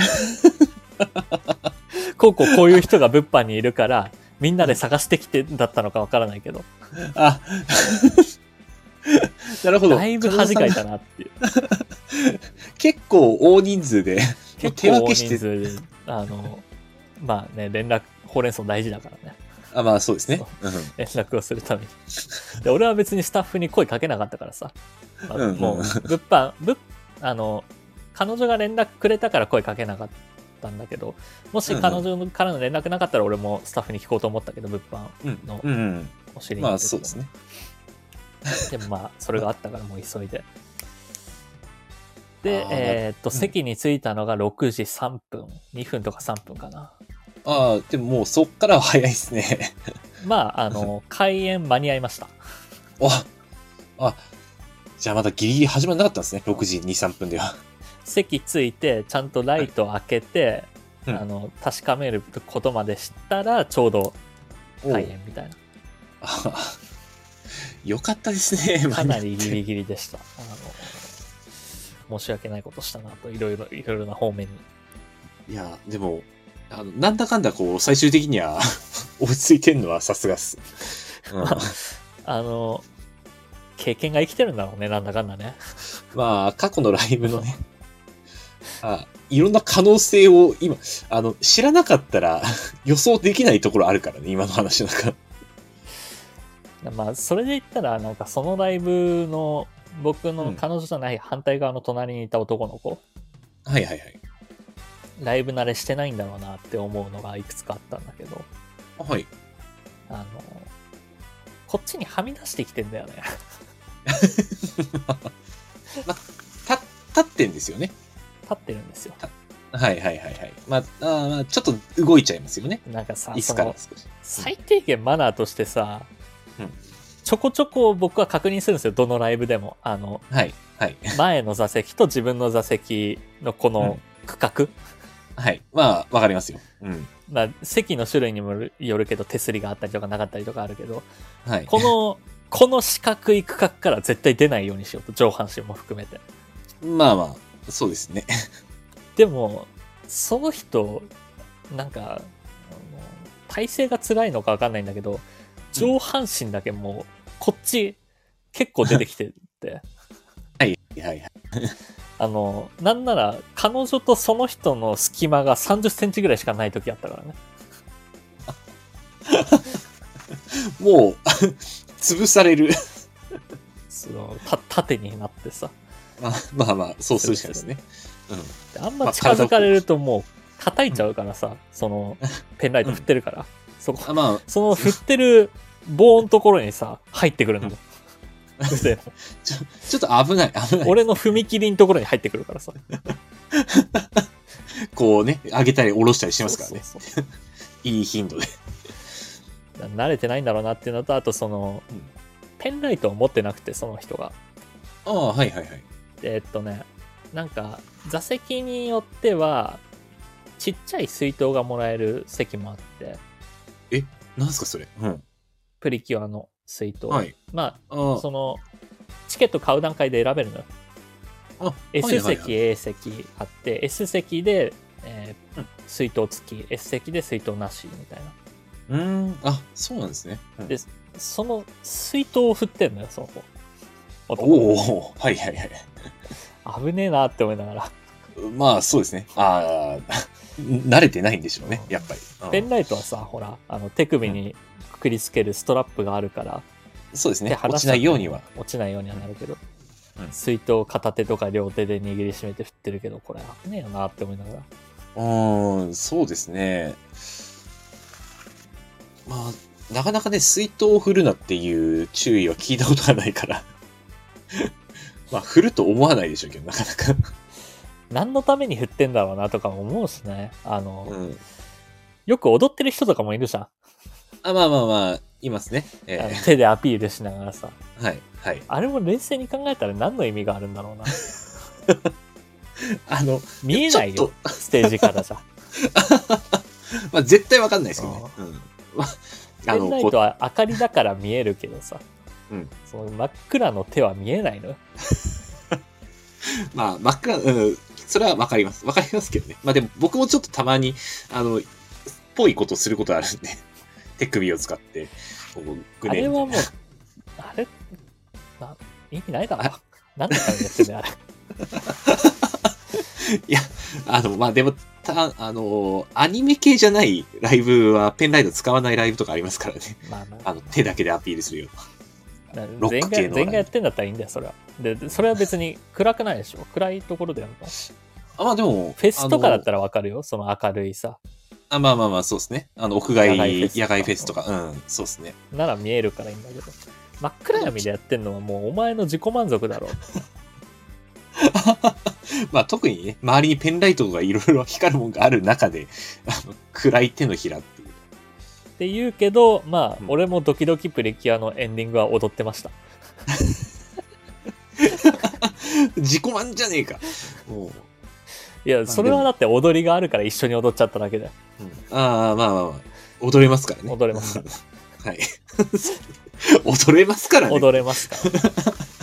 こうこうこういう人が物販にいるからみんなで探してきてだったのかわからないけど、 あなるほど、 だいぶ恥かいたなっていう結構大人数で結構大人数であのまあね、連絡ほうれん草大事だからね。 あ、まあそうですね。 連絡をするためにで。俺は別にスタッフに声かけなかったからさ。まあ、うんうん、もう、物販、物、あの、彼女が連絡くれたから声かけなかったんだけど、もし彼女からの連絡なかったら俺もスタッフに聞こうと思ったけど、物販のお尻に、 まあそうですね。 でもまあ、それがあったからもう急いで。で、えー、っと、うん、席に着いたのがろくじさんぷん、にふんとかさんぷんかな。 ああ、でももうそっからは早いですね。 まあ、あの、開演間に合いました。 あ、あ、じゃあまだギリギリ始まらなかったんですね。ろくじに、さんぷんでは。 席ついて、ちゃんとライト開けて、はい、あの、確かめることまでしたら、ちょうど開演みたいな。 あよかったですね。 かなりギリギリでした。あの、申し訳ないことしたなと、いろいろ、いろいろな方面に。 いや、でも、あのなんだかんだこう最終的には落ち着いてるのはさすがっす、 うんあ。あの経験が生きてるんだろうね、なんだかんだね。 まあ過去のライブのね、あいろんな可能性を今あの知らなかったら予想できないところあるからね、今の話なんか。 まあそれで言ったらなんかそのライブの僕の彼女じゃない反対側の隣にいた男の子、 うん、はいはいはい。 ライブ慣れしてないんだろうなって思うのがいくつかあったんだけど。 はい。 あの、こっちにはみ出してきてんだよね。 ま、た、立ってんですよね。 立ってるんですよ。 はいはいはいはい。まあ、あまあ、ちょっと動いちゃいますよね。 なんかさ、 椅子から少し。 最低限マナーとしてさ、 うん、 ちょこちょこ僕は確認するんですよ。どのライブでも。あの、 はいはい。 前の座席と自分の座席のこの区画。うんはい。まあ、わかりますよ。うん。 まあ、席の種類にもよるけど、手すりがあったりとかなかったりとかあるけど、 はい。 この、この四角い区画から絶対出ないようにしようと、上半身も含めて。 まあまあ、そうですね。 でも、その人、なんか、あの体勢が辛いのかわかんないんだけど、上半身だけもう、こっち、結構出てきてて。 はいはいはい。 あの、なんなら、彼女とその人の隙間がさんじゅっセンチぐらいしかない時あったからね。 もう、潰される。 そのた縦になってさ。 まあまあまあ、そうするしかないですね。 うん。あんま近づかれるともう叩いちゃうからさ、うん、そのペンライト振ってるから、うん、そこ、まあ、その振ってる棒のところにさ、入ってくるんだよ。うん、ちょちょっと危ない、危ない。 俺の踏切のところに入ってくるからさ。 こうね、上げたり下ろしたりしますからね。そうそうそういい頻度で。 慣れてないんだろうなっていうのと、あとその、うん、ペンライトを持ってなくて、その人が。 ああ、はいはいはい。 えー、っとね、なんか、座席によっては、ちっちゃい水筒がもらえる席もあって。 え、なんすかそれ、うん、 プリキュアの水筒。 はい。 まあ、あその、チケット買う段階で選べるのよ。 あ、 S 席、はいはいはい、A 席あって、S 席で、えーうん、水筒付き、S 席で水筒なしみたいな。 うーん、あ、そうなんですね。 うん、で、その水筒を振ってんのよ、その子。 おお、はいはいはい。 危ねえなって思いながら。 まあそうですね。ああ、慣れてないんでしょうね、やっぱり。 ペンライトはさ、ほら、あの手首にくくりつけるストラップがあるから、 うん、そうですね。落ちないようには。 落ちないようにはなるけど、うん、水筒を片手とか両手で握りしめて振ってるけど、これ危ねえよなって思いながら。 うーん、そうですね。まあ、なかなかね、水筒を振るなっていう注意は聞いたことがないから。まあ、振ると思わないでしょうけど、なかなか。 何のために振ってんだろうなとか思うしね。あの、うん、よく踊ってる人とかもいるじゃん。 あ、まあまあまあ、いますね。 えー、手でアピールしながらさ。 はい、はい。 あれも冷静に考えたら何の意味があるんだろうな。 あの、 見えないよ、ステージからじゃ。 まあ、絶対わかんないですよね。うん。 ペンライトは明かりだから見えるけどさ。うん、その真っ暗の手は見えないの。 まあ、真っ暗、うん、それはわかります。わかりますけどね。まあでも僕もちょっとたまに、あの、ぽいことすることあるんで、手首を使って、こうグネあれはもう、あれ、な意味ないだろ。なんでためにやってんだよ、あれ。 いや、あの、まあでも、た、あの、アニメ系じゃないライブはペンライト使わないライブとかありますからね。まあまあ、あの手だけでアピールするような。 全員が全員がやってんだったらいいんだよ、それは。で、それは別に暗くないでしょ。暗いところでやるの。 あ、まあでも。 フェスとかだったらわかるよ、その明るいさ。 あ、まあまあまあ、そうですね。あの、屋外、野外フェスとか、うん、そうですね。 なら見えるからいいんだけど。真っ暗闇でやってんのはもうお前の自己満足だろ。 まあ特にね、周りにペンライトがいろいろ光るもんがある中で、あの暗い手のひらっていう。 って言うけど、まあ、うん、俺もドキドキプリキュアのエンディングは踊ってました。 自己満じゃねえか。もういや、それはだって踊りがあるから一緒に踊っちゃっただけだよ。 うん、ああ、まあまあまあ。踊れますからね。 踊れますから。 はい。踊れますからね。 踊れますから。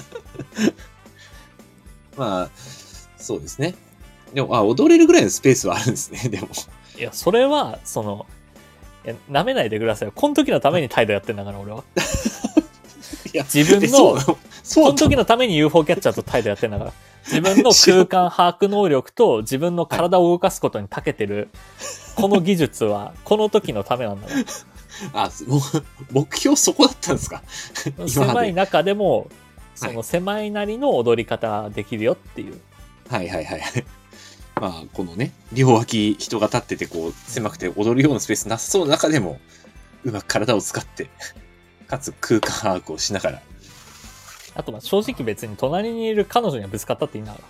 まあ、そうですね。でも、あ、踊れるぐらいのスペースはあるんですね、でも。 いや、それは、その、いや、舐めないでくださいよ。この時のために態度やってんだから、俺は。いや自分の、そうそうこの時のために ユーフォー キャッチャーと態度やってんだから。自分の空間把握能力と自分の体を動かすことに長けてる、この技術は、この時のためなんだから。 あ、もう、目標そこだったんですか。 狭い中でも、その狭いなりの踊り方ができるよっていう。 はいはいはい。まあ、このね、両脇人が立ってて、こう、狭くて踊るようなスペースなさそうな中でも、うまく体を使って、かつ空間把握をしながら。 あと、まあ正直別に隣にいる彼女にはぶつかったっていいんだから。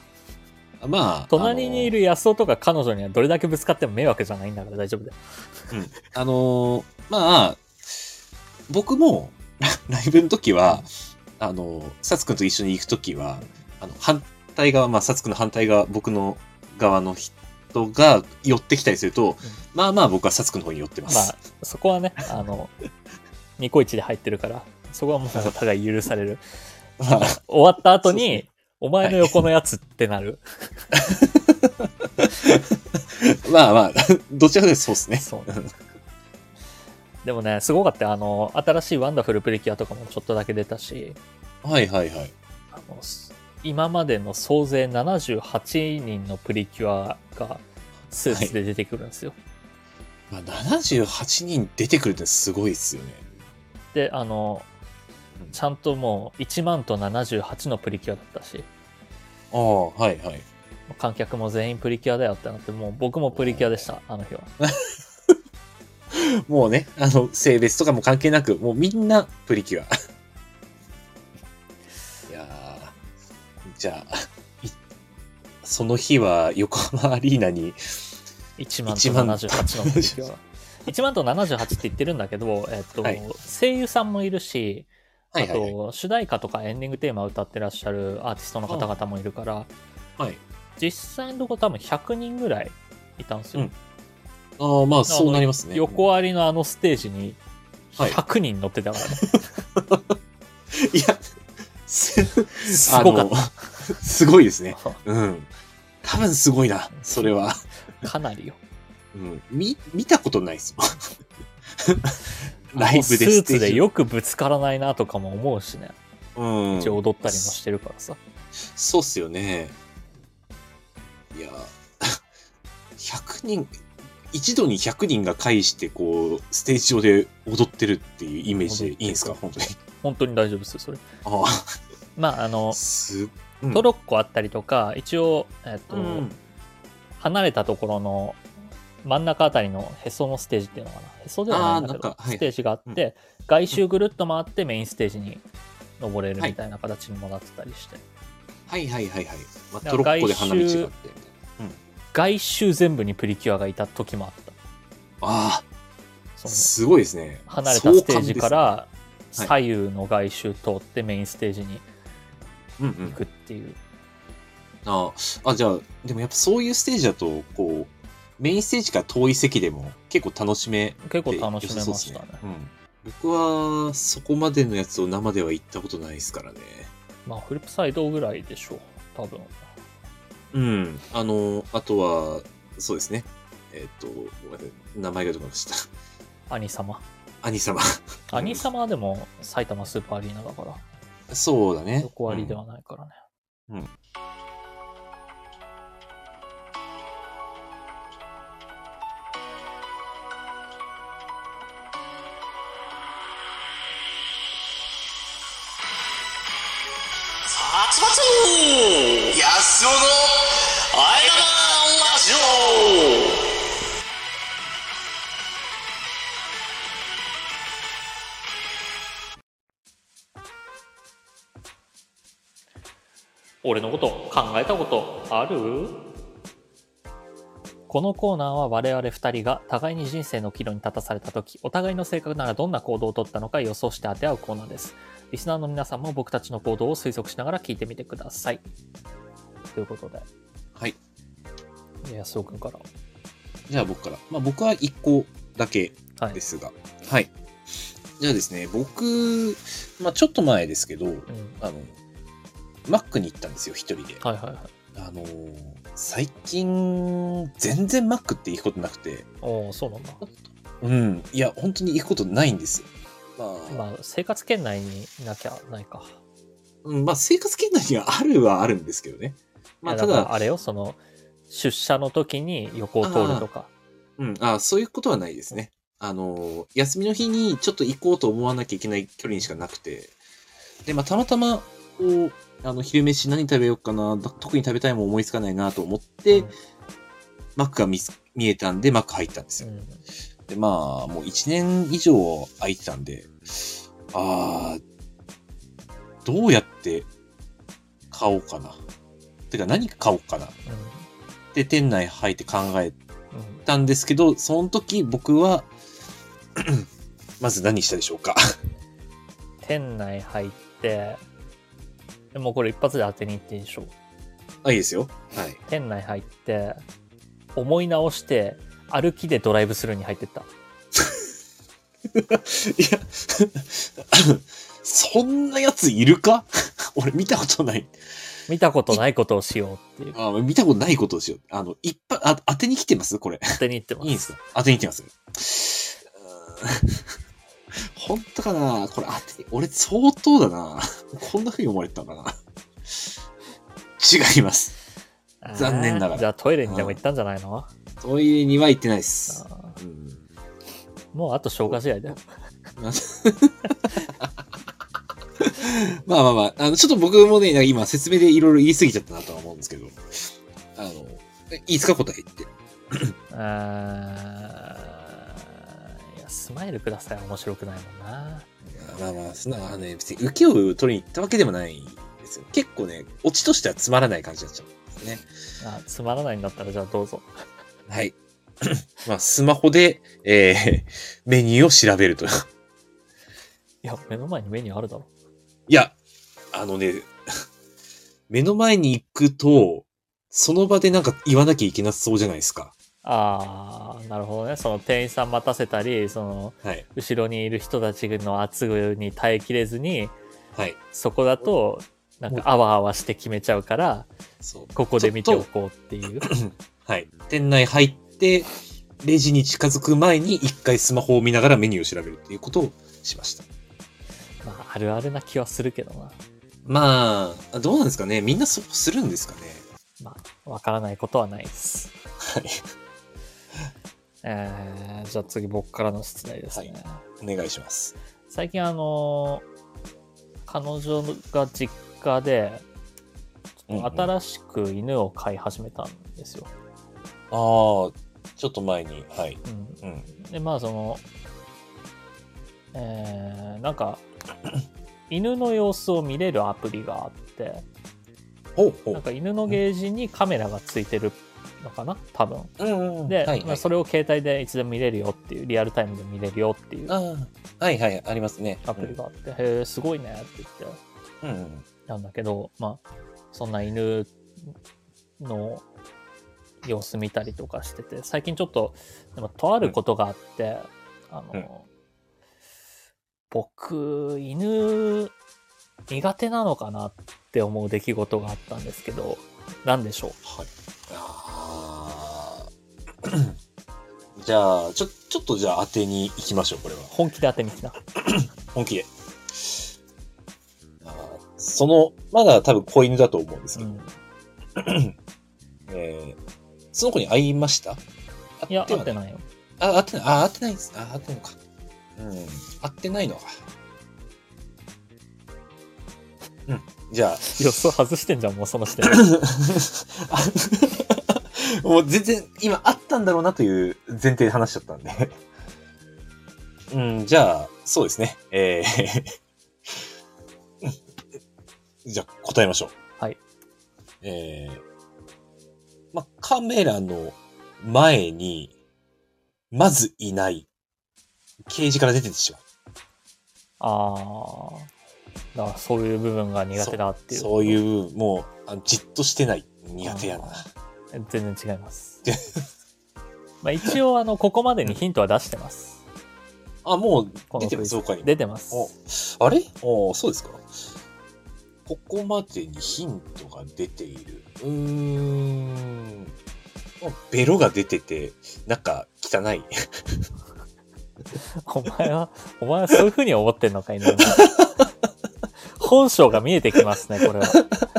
まあ。 隣にいる安尾とか彼女にはどれだけぶつかっても迷惑じゃないんだから大丈夫だよ。 うん。あのー、まあ、僕も、ライブの時は、あの、サツくんと一緒に行く時は、あの、反対側、まあ、サツくんの反対側、僕の側の人が寄ってきたりすると、うん、まあまあ僕はサツくんの方に寄ってます。 まあ、そこはね、あの、ニコイチで入ってるから、そこはもうお互い許される。まあ、終わった後に、ね、お前の横のやつってなる。 はい、まあまあ、どちらかというとそうですね。そうね。 でもね、すごかった。あの、新しいワンダフルプリキュアとかもちょっとだけ出たし。 はいはいはい。 あの、今までの総勢ななじゅうはちにんのプリキュアがスーツで出てくるんですよ。 はい、まあ、ななじゅうはちにん出てくるってすごいですよね。 で、あの、 ちゃんともういちまんとななじゅうはちのプリキュアだったし、 ああ、はいはい。 観客も全員プリキュアだよってなって、もう僕もプリキュアでした、あの日は。 もうね、あの、性別とかも関係なく、もうみんなプリキュア。いやー、じゃあ、その日は横浜アリーナにいちまんとななじゅうはちのプリキュア。いちまんとななじゅうはちって言ってるんだけど、えっと、はい、声優さんもいるし、あと、はいはいはい、主題歌とかエンディングテーマを歌ってらっしゃるアーティストの方々もいるから、 はい、 実際のとこ多分ひゃくにんぐらいいたんですよ。 うん、ああ、まあそうなりますね。 横ありのあのステージにひゃくにん乗ってたからね。 はい、いや、す, すごかった。 すごいですね。うん。多分すごいな、それは。 かなりよ。 うん、見、見たことないっすもん。ライブでスーツでよくぶつからないなとかも思うしね。うん。一応踊ったりもしてるからさ。 そうっすよね。いや、ひゃくにん、一度にひゃくにんが介してこう、ステージ上で踊ってるっていうイメージでいいんですか、本当に。 本当に大丈夫ですよ、それ。 ああ。 まあ、あの、 すうん、トロッコあったりとか、一応、えっと、うん、離れたところの真ん中あたりのへそのステージっていうのかな。へそではないんだけど、はい、ステージがあって、うん、外周ぐるっと回ってメインステージに登れるみたいな形にもなってたりして。 はいはいはいはい。まあ、トロッコで花道があって。うん、 外周全部にプリキュアがいた時もあった。 ああ。すごいですね。 離れたステージから左右の外周通ってメインステージに行くっていう。 うんうん、ああ、じゃあ、でもやっぱそういうステージだと、こう、メインステージから遠い席でも結構楽しめ結構楽しめましたね。 うん、僕はそこまでのやつを生では行ったことないですからね。 まあフリップサイドぐらいでしょう、多分。 うん。あの、あとは、そうですね。えっと、名前が出ました。 兄様。 兄様。 兄様はでも埼玉スーパーアリーナだから。 そうだね。 横割りではないからね。 うん。うん、 殺伐やすおのあえ玉ラジオ。 俺のこと考えたことある？このコーナーは我々ふたりが互いに人生の岐路に立たされたとき、お互いの性格ならどんな行動を取ったのか予想して当て合うコーナーです。リスナーの皆さんも僕たちの行動を推測しながら聞いてみてください。ということで。 はい。 安尾くんから。 じゃあ僕から。まあ僕はいっこだけですが。はい。はい、じゃあですね、僕、まあちょっと前ですけど、うん、あの、マックに行ったんですよ、一人で。 はいはいはい。 あのー、最近、全然マックって行くことなくて。 ああ、そうなんだ。 うん。いや、本当に行くことないんですよ。 まあ、まあ、生活圏内にいなきゃないか。 うん、まあ、生活圏内にはあるはあるんですけどね。まあ、ただ、 あれよ、その、出社の時に横を通るとか。 うん、ああ、そういうことはないですね。あの、休みの日にちょっと行こうと思わなきゃいけない距離にしかなくて。で、まあ、たまたま、こう、あの、昼飯何食べようかな、特に食べたいもん思いつかないなと思って、うん、マックが 見, 見えたんで、マック入ったんですよ。うん、で、まあ、もういちねん以上空いてたんで、ああ、どうやって買おうかな。てか、何買おうかな。うん、で、店内入って考えたんですけど、その時僕は、まず何したでしょうか。 店内入って、でもこれ一発で当てに行っていいでしょう。 あ、いいですよ。はい。 店内入って、思い直して、歩きでドライブスルーに入ってった。 いや、そんなやついるか？俺見たことない。 見たことないことをしようっていう。 あ、見たことないことをしよう。あの、一発、あ、当てに来てますこれ。 当てに行ってます。 いいんですか？当てに来てます。本当かなこれ当て、俺相当だな。こんな風に思われてたのかな。違います。残念ながら。 じゃあトイレにでも行ったんじゃないの？ トイレには行ってないです。うん、 もうあと消化試合だよ。 まあまあまあ、あの、ちょっと僕もね、今説明でいろいろ言い過ぎちゃったなとは思うんですけど、あの、いいですか答えって。 あーいや、スマイルください。面白くないもんな。 まあまあ、そんなね、別に受けを取りに行ったわけでもないんですよ。結構ね、オチとしてはつまらない感じになっちゃうんですね。 あ、つまらないんだったらじゃあどうぞ。 はい。まあ、スマホで、えー、メニューを調べると。いや、目の前にメニューあるだろ。 いや、あのね、目の前に行くと、その場でなんか言わなきゃいけなそうじゃないですか。 あー、なるほどね。その店員さん待たせたり、その、 はい。 後ろにいる人たちの圧に耐えきれずに、 はい。 そこだと、なんかあわあわして決めちゃうから、 そう。 ここで見ておこうっていう。 はい。店内入って、レジに近づく前に一回スマホを見ながらメニューを調べるっていうことをしました。 まあ、あるあるな気はするけどな。 まあ、どうなんですかね。みんなそうするんですかね。 まあ、わからないことはないです。 はい。 えー、じゃあ次僕からの出題ですね。 はい、お願いします。 最近あのー、彼女が実家で、新しく犬を飼い始めたんですよ。 ああ、ちょっと前に、はい。 うん。うん、で、まあその、えー、なんか、犬の様子を見れるアプリがあって、 ほうほう。 なんか犬のゲージにカメラがついてるのかな多分。 うんうん、 で、 はいはい、 まあ、それを携帯でいつでも見れるよっていう、リアルタイムで見れるよっていう。 ああ、はいはい、ありますね。 アプリがあって、うん、へえ、すごいねって言って。うん。なんだけど、まあ、そんな犬の様子見たりとかしてて、最近ちょっと、でもとあることがあって、うん、あの、うん、僕、犬、苦手なのかなって思う出来事があったんですけど、何でしょう。 はい。あじゃあ、ちょ、ちょっとじゃあ当てに行きましょう、これは。 本気で当てに来た。 本気で。あその、まだ多分子犬だと思うんですけど。うんえー、その子に会いました？ いや、会ってないよ。 あ、会ってない。あ、会ってないです。あ、会ってないのか。うん。会ってないのか。うん。じゃあ。 予想外してんじゃん、もうその時点で。 もう全然、今あったんだろうなという前提で話しちゃったんで。うん、じゃあ、そうですね。えー、じゃあ答えましょう。 はい。 えー、ま、カメラの前に、まずいない。ケージから出てしまう。 ああ。だからそういう部分が苦手だっていう。 そう、そういう部分、もう、あのじっとしてない。苦手やな。 全然違います。まあ一応、あの、ここまでにヒントは出してます。 あ、もう出てます、他に。 出てます。 あれおそうですか。ここまでにヒントが出ている。うーん。ベロが出てて、なんか汚い。 お前は、お前はそういう風に思ってんのかいね。本性が見えてきますね、これは。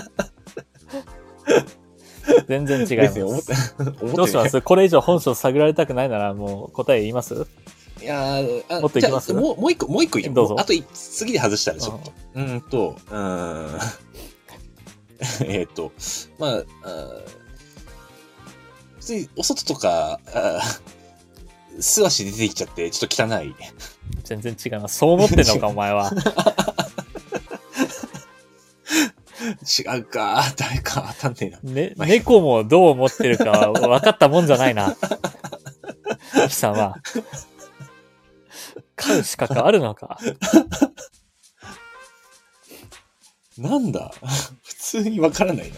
全然違います。思ってどうします？これ以上本性探られたくないならもう答え言います？ いやー、 もっといきます？ もう、もう一個、もう一個いきます。 どうぞ。 あと、次で外したらちょっと。うーんと、うーん。えっと、まあ、あ普通にお外とか、素足出てきちゃって、ちょっと汚い。 全然違います。そう思ってんのか、お前は。 違うか。誰か当たんねえな。 ね、猫もどう思ってるか分かったもんじゃないな。キさんは。飼う資格あるのか。 なんだ普通に分からないな。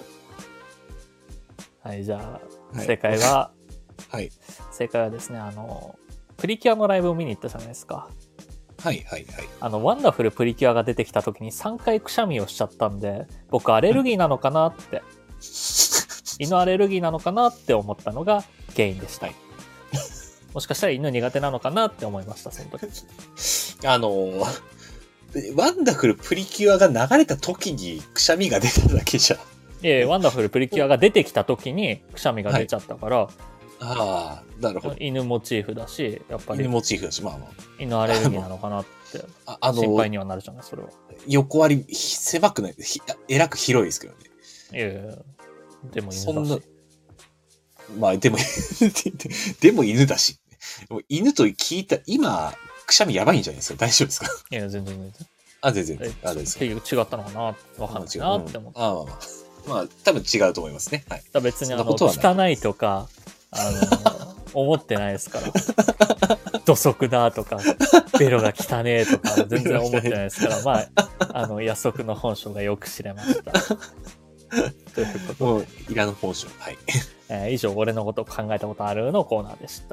はい、じゃあ、正解は、 はい。 正解はですね、あの、プリキュアのライブを見に行ったじゃないですか。 はいはいはい。 あの、ワンダフルプリキュアが出てきた時にさんかいくしゃみをしちゃったんで、僕アレルギーなのかなって、犬アレルギーなのかなって思ったのが原因でした。はい、もしかしたら犬苦手なのかなって思いました、その時。 あのー、ワンダフルプリキュアが流れた時にくしゃみが出ただけじゃ。 ええ、ワンダフルプリキュアが出てきた時にくしゃみが出ちゃったから、はい、 ああ、なるほど。 犬モチーフだし、やっぱり犬モチーフだし、まあまあ。 犬アレルギーなのかなってああの心配にはなるじゃない、それは。 横割りひ狭くないひえらく広いですけどね。 いやいやいやでも犬だし。 そんな、まあでも、でも犬だし。もう犬と聞いた、今、くしゃみやばいんじゃないですか？大丈夫ですか？ いや、全然全然。 あ、全然。 えあ、です結局違ったのかなわかんないなって思って。 ああ、まあまあ。まあ、多分違うと思いますね。はい。 だ別にあの、 そんなことはない汚いとか、あの、思ってないですから。土足だとか、ベロが汚ねとか、全然思ってないですから、まあ、あの、夜足の本性がよく知れました。ということで。 もう、イラの本性。はい。 えー以上、俺のことを考えたことあるのコーナーでした。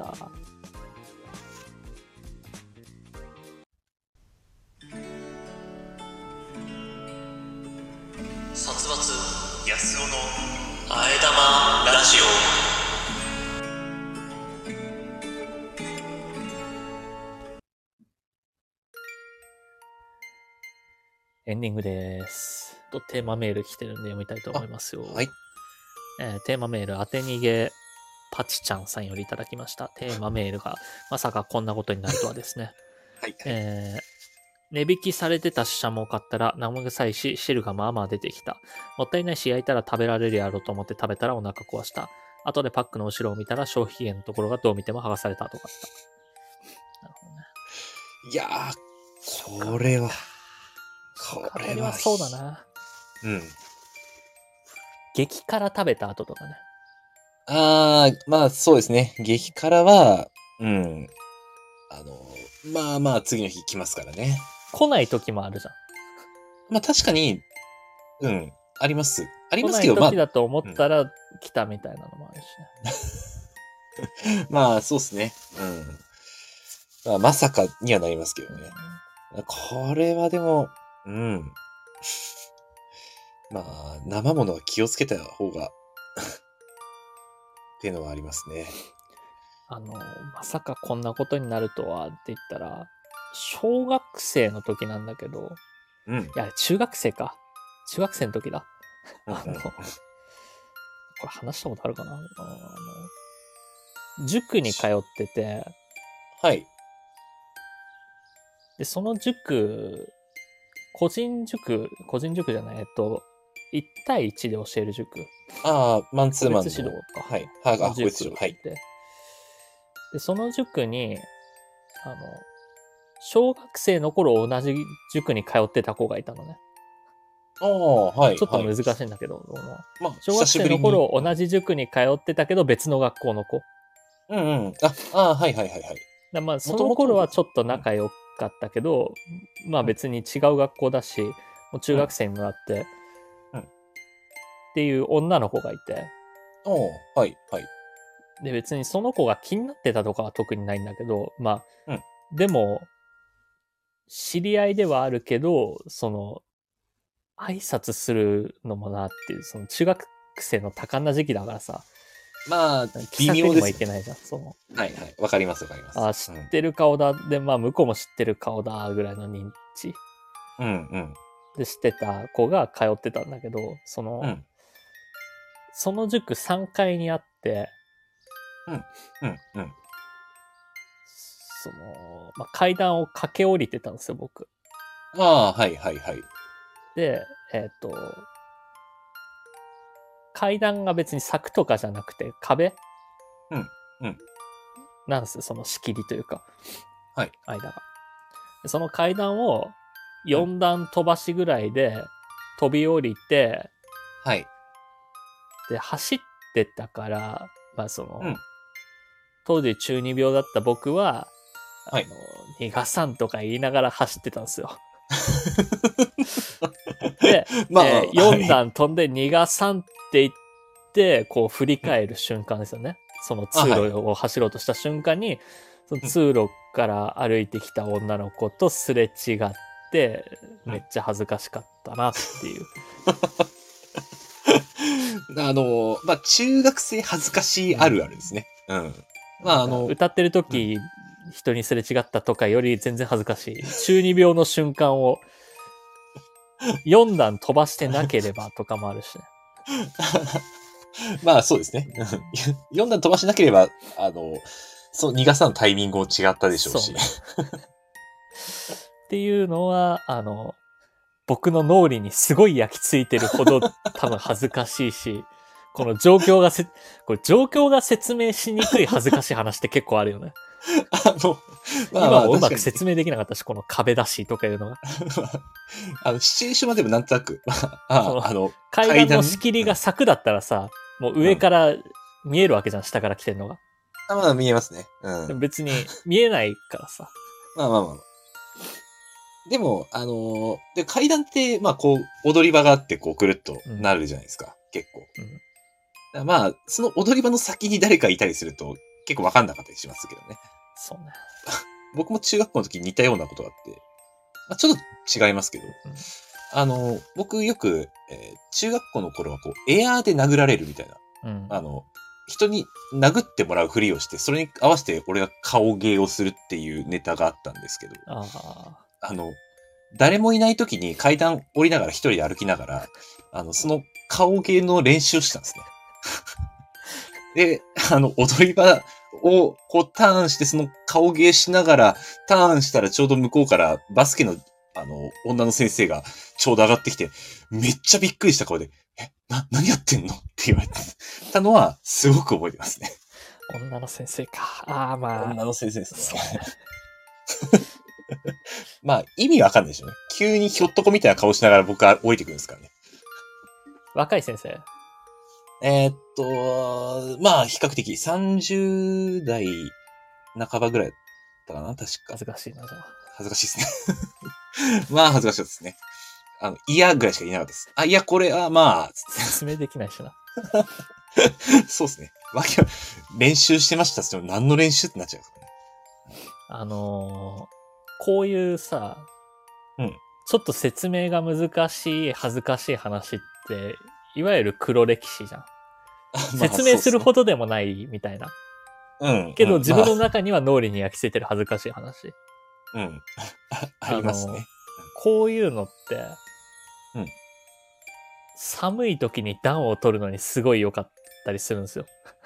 殺伐安尾のあえ玉ラジエンディングです。とテーマメール来てるんで読みたいと思いますよ。 はい。 えーテーマメール、当て逃げパチちゃんさんよりいただきました。テーマメールがまさかこんなことになるとはですね。 はい。 えー値引きされてたシシャモを買ったら生臭いし汁がまあまあ出てきた。もったいないし焼いたら食べられるやろうと思って食べたらお腹壊した。後でパックの後ろを見たら消費期限のところがどう見ても剥がされた跡があった。なるほどね。 いやー、これは、これは、 そうだな。 うん。 激辛食べた後とかね。 あー、まあそうですね。激辛は、うん。あの、まあまあ次の日来ますからね。 来ない時もあるじゃん。 まあ確かに、うん、あります。あり来ないますけど、まあ時、だと思ったら来たみたいなのもあるしね。 まあそうですね。うん。まあまさかにはなりますけどね。これはでも、うん。まあ、生ものは気をつけた方が、っていうのはありますね。 あの、まさかこんなことになるとはって言ったら、小学生の時なんだけど、 うん。 いや、中学生か。中学生の時だ。 うんあの、これ話したことあるかなあの、塾に通ってて、 はい。 で、その塾、個人塾、個人塾じゃない、えっと、いち対いちで教える塾。 ああ、マンツーマンの。 個別指導か。 はい。はあ、 の個別指導。はい。 で、でその塾に、あの、小学生の頃同じ塾に通ってた子がいたのね。 ああ、はい。 ちょっと難はいしいんだけど、 まあ、 小学生の頃同じ塾に通ってたけど別の学校の子。 うんうん。あ、ああ、はいはいはいはい。 だまあ、その頃はちょっと仲良かったけど、まあ別に違う学校だし、もう中学生になって、 うんっていう女の子がいて、 おーはいはい。 で別にその子が気になってたとかは特にないんだけど、まあ、 うんでも、知り合いではあるけど、その、挨拶するのもなっていう、その中学生の多感な時期だからさ、 まあ、 気さくにもいけないじゃん、その。 はいはい。わかりますわかります。 あ、知ってる顔だ。で、まあ、向こうも知ってる顔だ、ぐらいの認知。 うんうん。 で、知ってた子が通ってたんだけど、その、 うん。 その塾さんかいにあって、 うんうん。 その、まあ、階段を駆け下りてたんですよ、僕。 ああ、はいはいはい。 で、えっ、と、階段が別に柵とかじゃなくて壁うんうんなんですよ、その仕切りというか。 はい。 間が。でその階段をよん段飛ばしぐらいで飛び降りて、 はい。 で、走ってたから、まあその、 うん当時中二病だった僕は、あの、 はい逃がさんとか言いながら走ってたんですよ。で、 まあ、 えーよん段飛んで逃がさんって言って、こう振り返る瞬間ですよね。その通路を走ろうとした瞬間に、その通路から歩いてきた女の子とすれ違って、めっちゃ恥ずかしかったなっていう。 あの、まあ、中学生恥ずかしいあるあるですね。うん。まあ、あの、 歌ってる時、人にすれ違ったとかより全然恥ずかしい。中二病の瞬間をよん段飛ばしてなければとかもあるしね。 まあそうですね。読んだら飛ばしなければ、あの、そう、逃がさぬタイミングも違ったでしょうし。 そうねっていうのは、あの、僕の脳裏にすごい焼き付いてるほど多分恥ずかしいし、この状況がせ、これ状況が説明しにくい恥ずかしい話って結構あるよね。 あの、まあまあ、 今もうまく確かに説明できなかったし、この壁だしとかいうのが。 あの、シチュエーションはでもなんとなく、あそのあの、 階段の仕切りが柵だったらさ、もう上から見えるわけじゃん、下から来てんのが。 あ、まあ見えますね。うん。 でも別に見えないからさ。 まあまあまあ。でも、あのーで、階段って、まあこう、踊り場があって、こう、くるっとなるじゃないですか。結構。 うんだからまあ、その踊り場の先に誰かいたりすると、結構わかんなかったりしますけどね。 そうね。 僕も中学校の時に似たようなことがあって、まあ、ちょっと違いますけど、 うんあの、僕よく、えー中学校の頃はこう、エアーで殴られるみたいな、 うん。 あの、人に殴ってもらうふりをして、それに合わせて俺が顔芸をするっていうネタがあったんですけど、 ああ。 あの、誰もいない時に階段降りながら一人で歩きながら、あの、その顔芸の練習をしたんですね。で、あの、踊り場をこうターンして、その顔芸しながら、ターンしたらちょうど向こうからバスケの、あの、女の先生がちょうど上がってきて、めっちゃびっくりした顔で、え、な、何やってんのって言われたのは、すごく覚えてますね。 女の先生か。ああ、まあ。 女の先生ですそうね。まあ、意味わかんないでしょうね。急にひょっとこみたいな顔しながら僕は降りてくるんですからね。 若い先生。 えーっと、まあ、比較的さんじゅう代半ばぐらいだったかな、確か。 恥ずかしいな、じゃあ。 恥ずかしいですね。まあ、恥ずかしいですね。あの、嫌ぐらいしか言いなかったです。あ、いや、これはまあ、つって説明できないしな。 そうですね。わけは、練習してましたって言っても何の練習ってなっちゃうからね。 あのーこういうさ、 うんちょっと説明が難しい、恥ずかしい話って、いわゆる黒歴史じゃん。説明するほどでもないみたいな。 ど、うん。 けど、 うん自分の中には脳裏に焼き付いてる恥ずかしい話。 まあうん。ありますね。 こういうのって、 うん寒い時に暖を取るのにすごい良かったりするんですよ。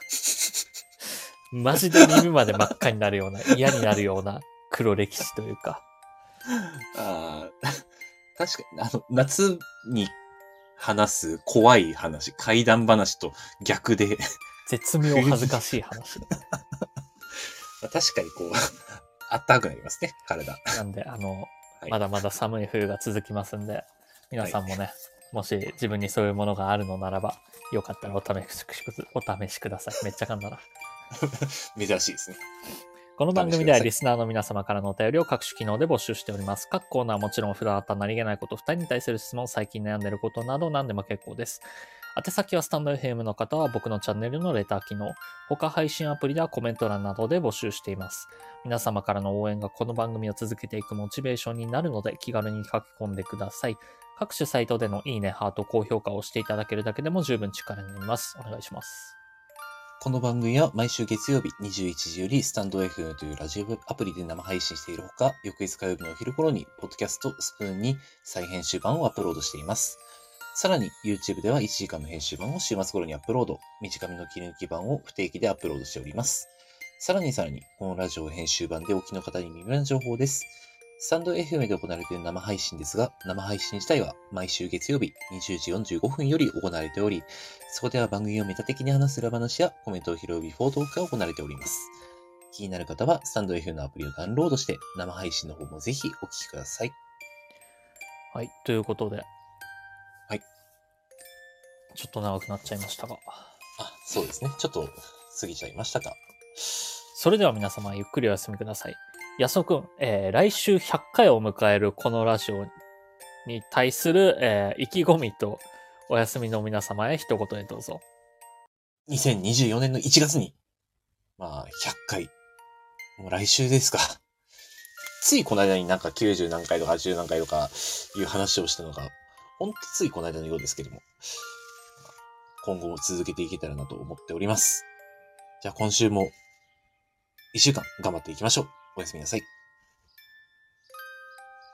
マジで耳まで真っ赤になるような、嫌になるような黒歴史というか。 ああ、確かに、あの、夏に話す怖い話、怪談話と逆で、 絶妙恥ずかしい話。 確かにこう、あったかくなりますね、体。 なんで、あの、 はいまだまだ寒い冬が続きますんで、皆さんもね、もし自分にそういうものがあるのならば、よかったらお試しく、お試しください。めっちゃ噛んだな。 珍しいですね。 この番組ではリスナーの皆様からのお便りを各種機能で募集しております。各コーナーはもちろん普段あった何気ないこと、ふたりに対する質問、最近悩んでいることなど何でも結構です。宛先はスタンド エフエム の方は僕のチャンネルのレター機能、他配信アプリではコメント欄などで募集しています。皆様からの応援がこの番組を続けていくモチベーションになるので気軽に書き込んでください。各種サイトでのいいね、ハート、高評価をしていただけるだけでも十分力になります。お願いします。 この番組は毎週月曜日にじゅういちじよりスタンド エフエム というラジオアプリで生配信しているほか、翌日火曜日のお昼頃にポッドキャストスプーンに再編集版をアップロードしています。さらに YouTube ではいちじかんの編集版を週末頃にアップロード、短めの切り抜き版を不定期でアップロードしております。さらにさらに、このラジオ編集版でお聞きの方に耳な情報です。スタンド エフエム で行われている生配信ですが、生配信自体は毎週月曜日にじゅうじよんじゅうごふんより行われており、そこでは番組をメタ的に話す裏話やコメントを拾うビフォートークが行われております。気になる方はスタンド エフエム のアプリをダウンロードして生配信の方もぜひお聞きください。 はい、ということで。 はい。 ちょっと長くなっちゃいましたが。 あ、そうですね。ちょっと過ぎちゃいましたか。 それでは皆様ゆっくりお休みください。安尾くん、えー、来週ひゃっかいを迎えるこのラジオに対する、えー、意気込みとお休みの皆様へ一言でどうぞ。 にせんにじゅうよねんのいちがつに、まあ、ひゃっかい。もう来週ですか。ついこの間になんかきゅうじゅう何回とかはちじゅう何回とかいう話をしたのが、ほんとついこの間のようですけども、今後も続けていけたらなと思っております。じゃあ今週もいっしゅうかん頑張っていきましょう。おやすみなさい。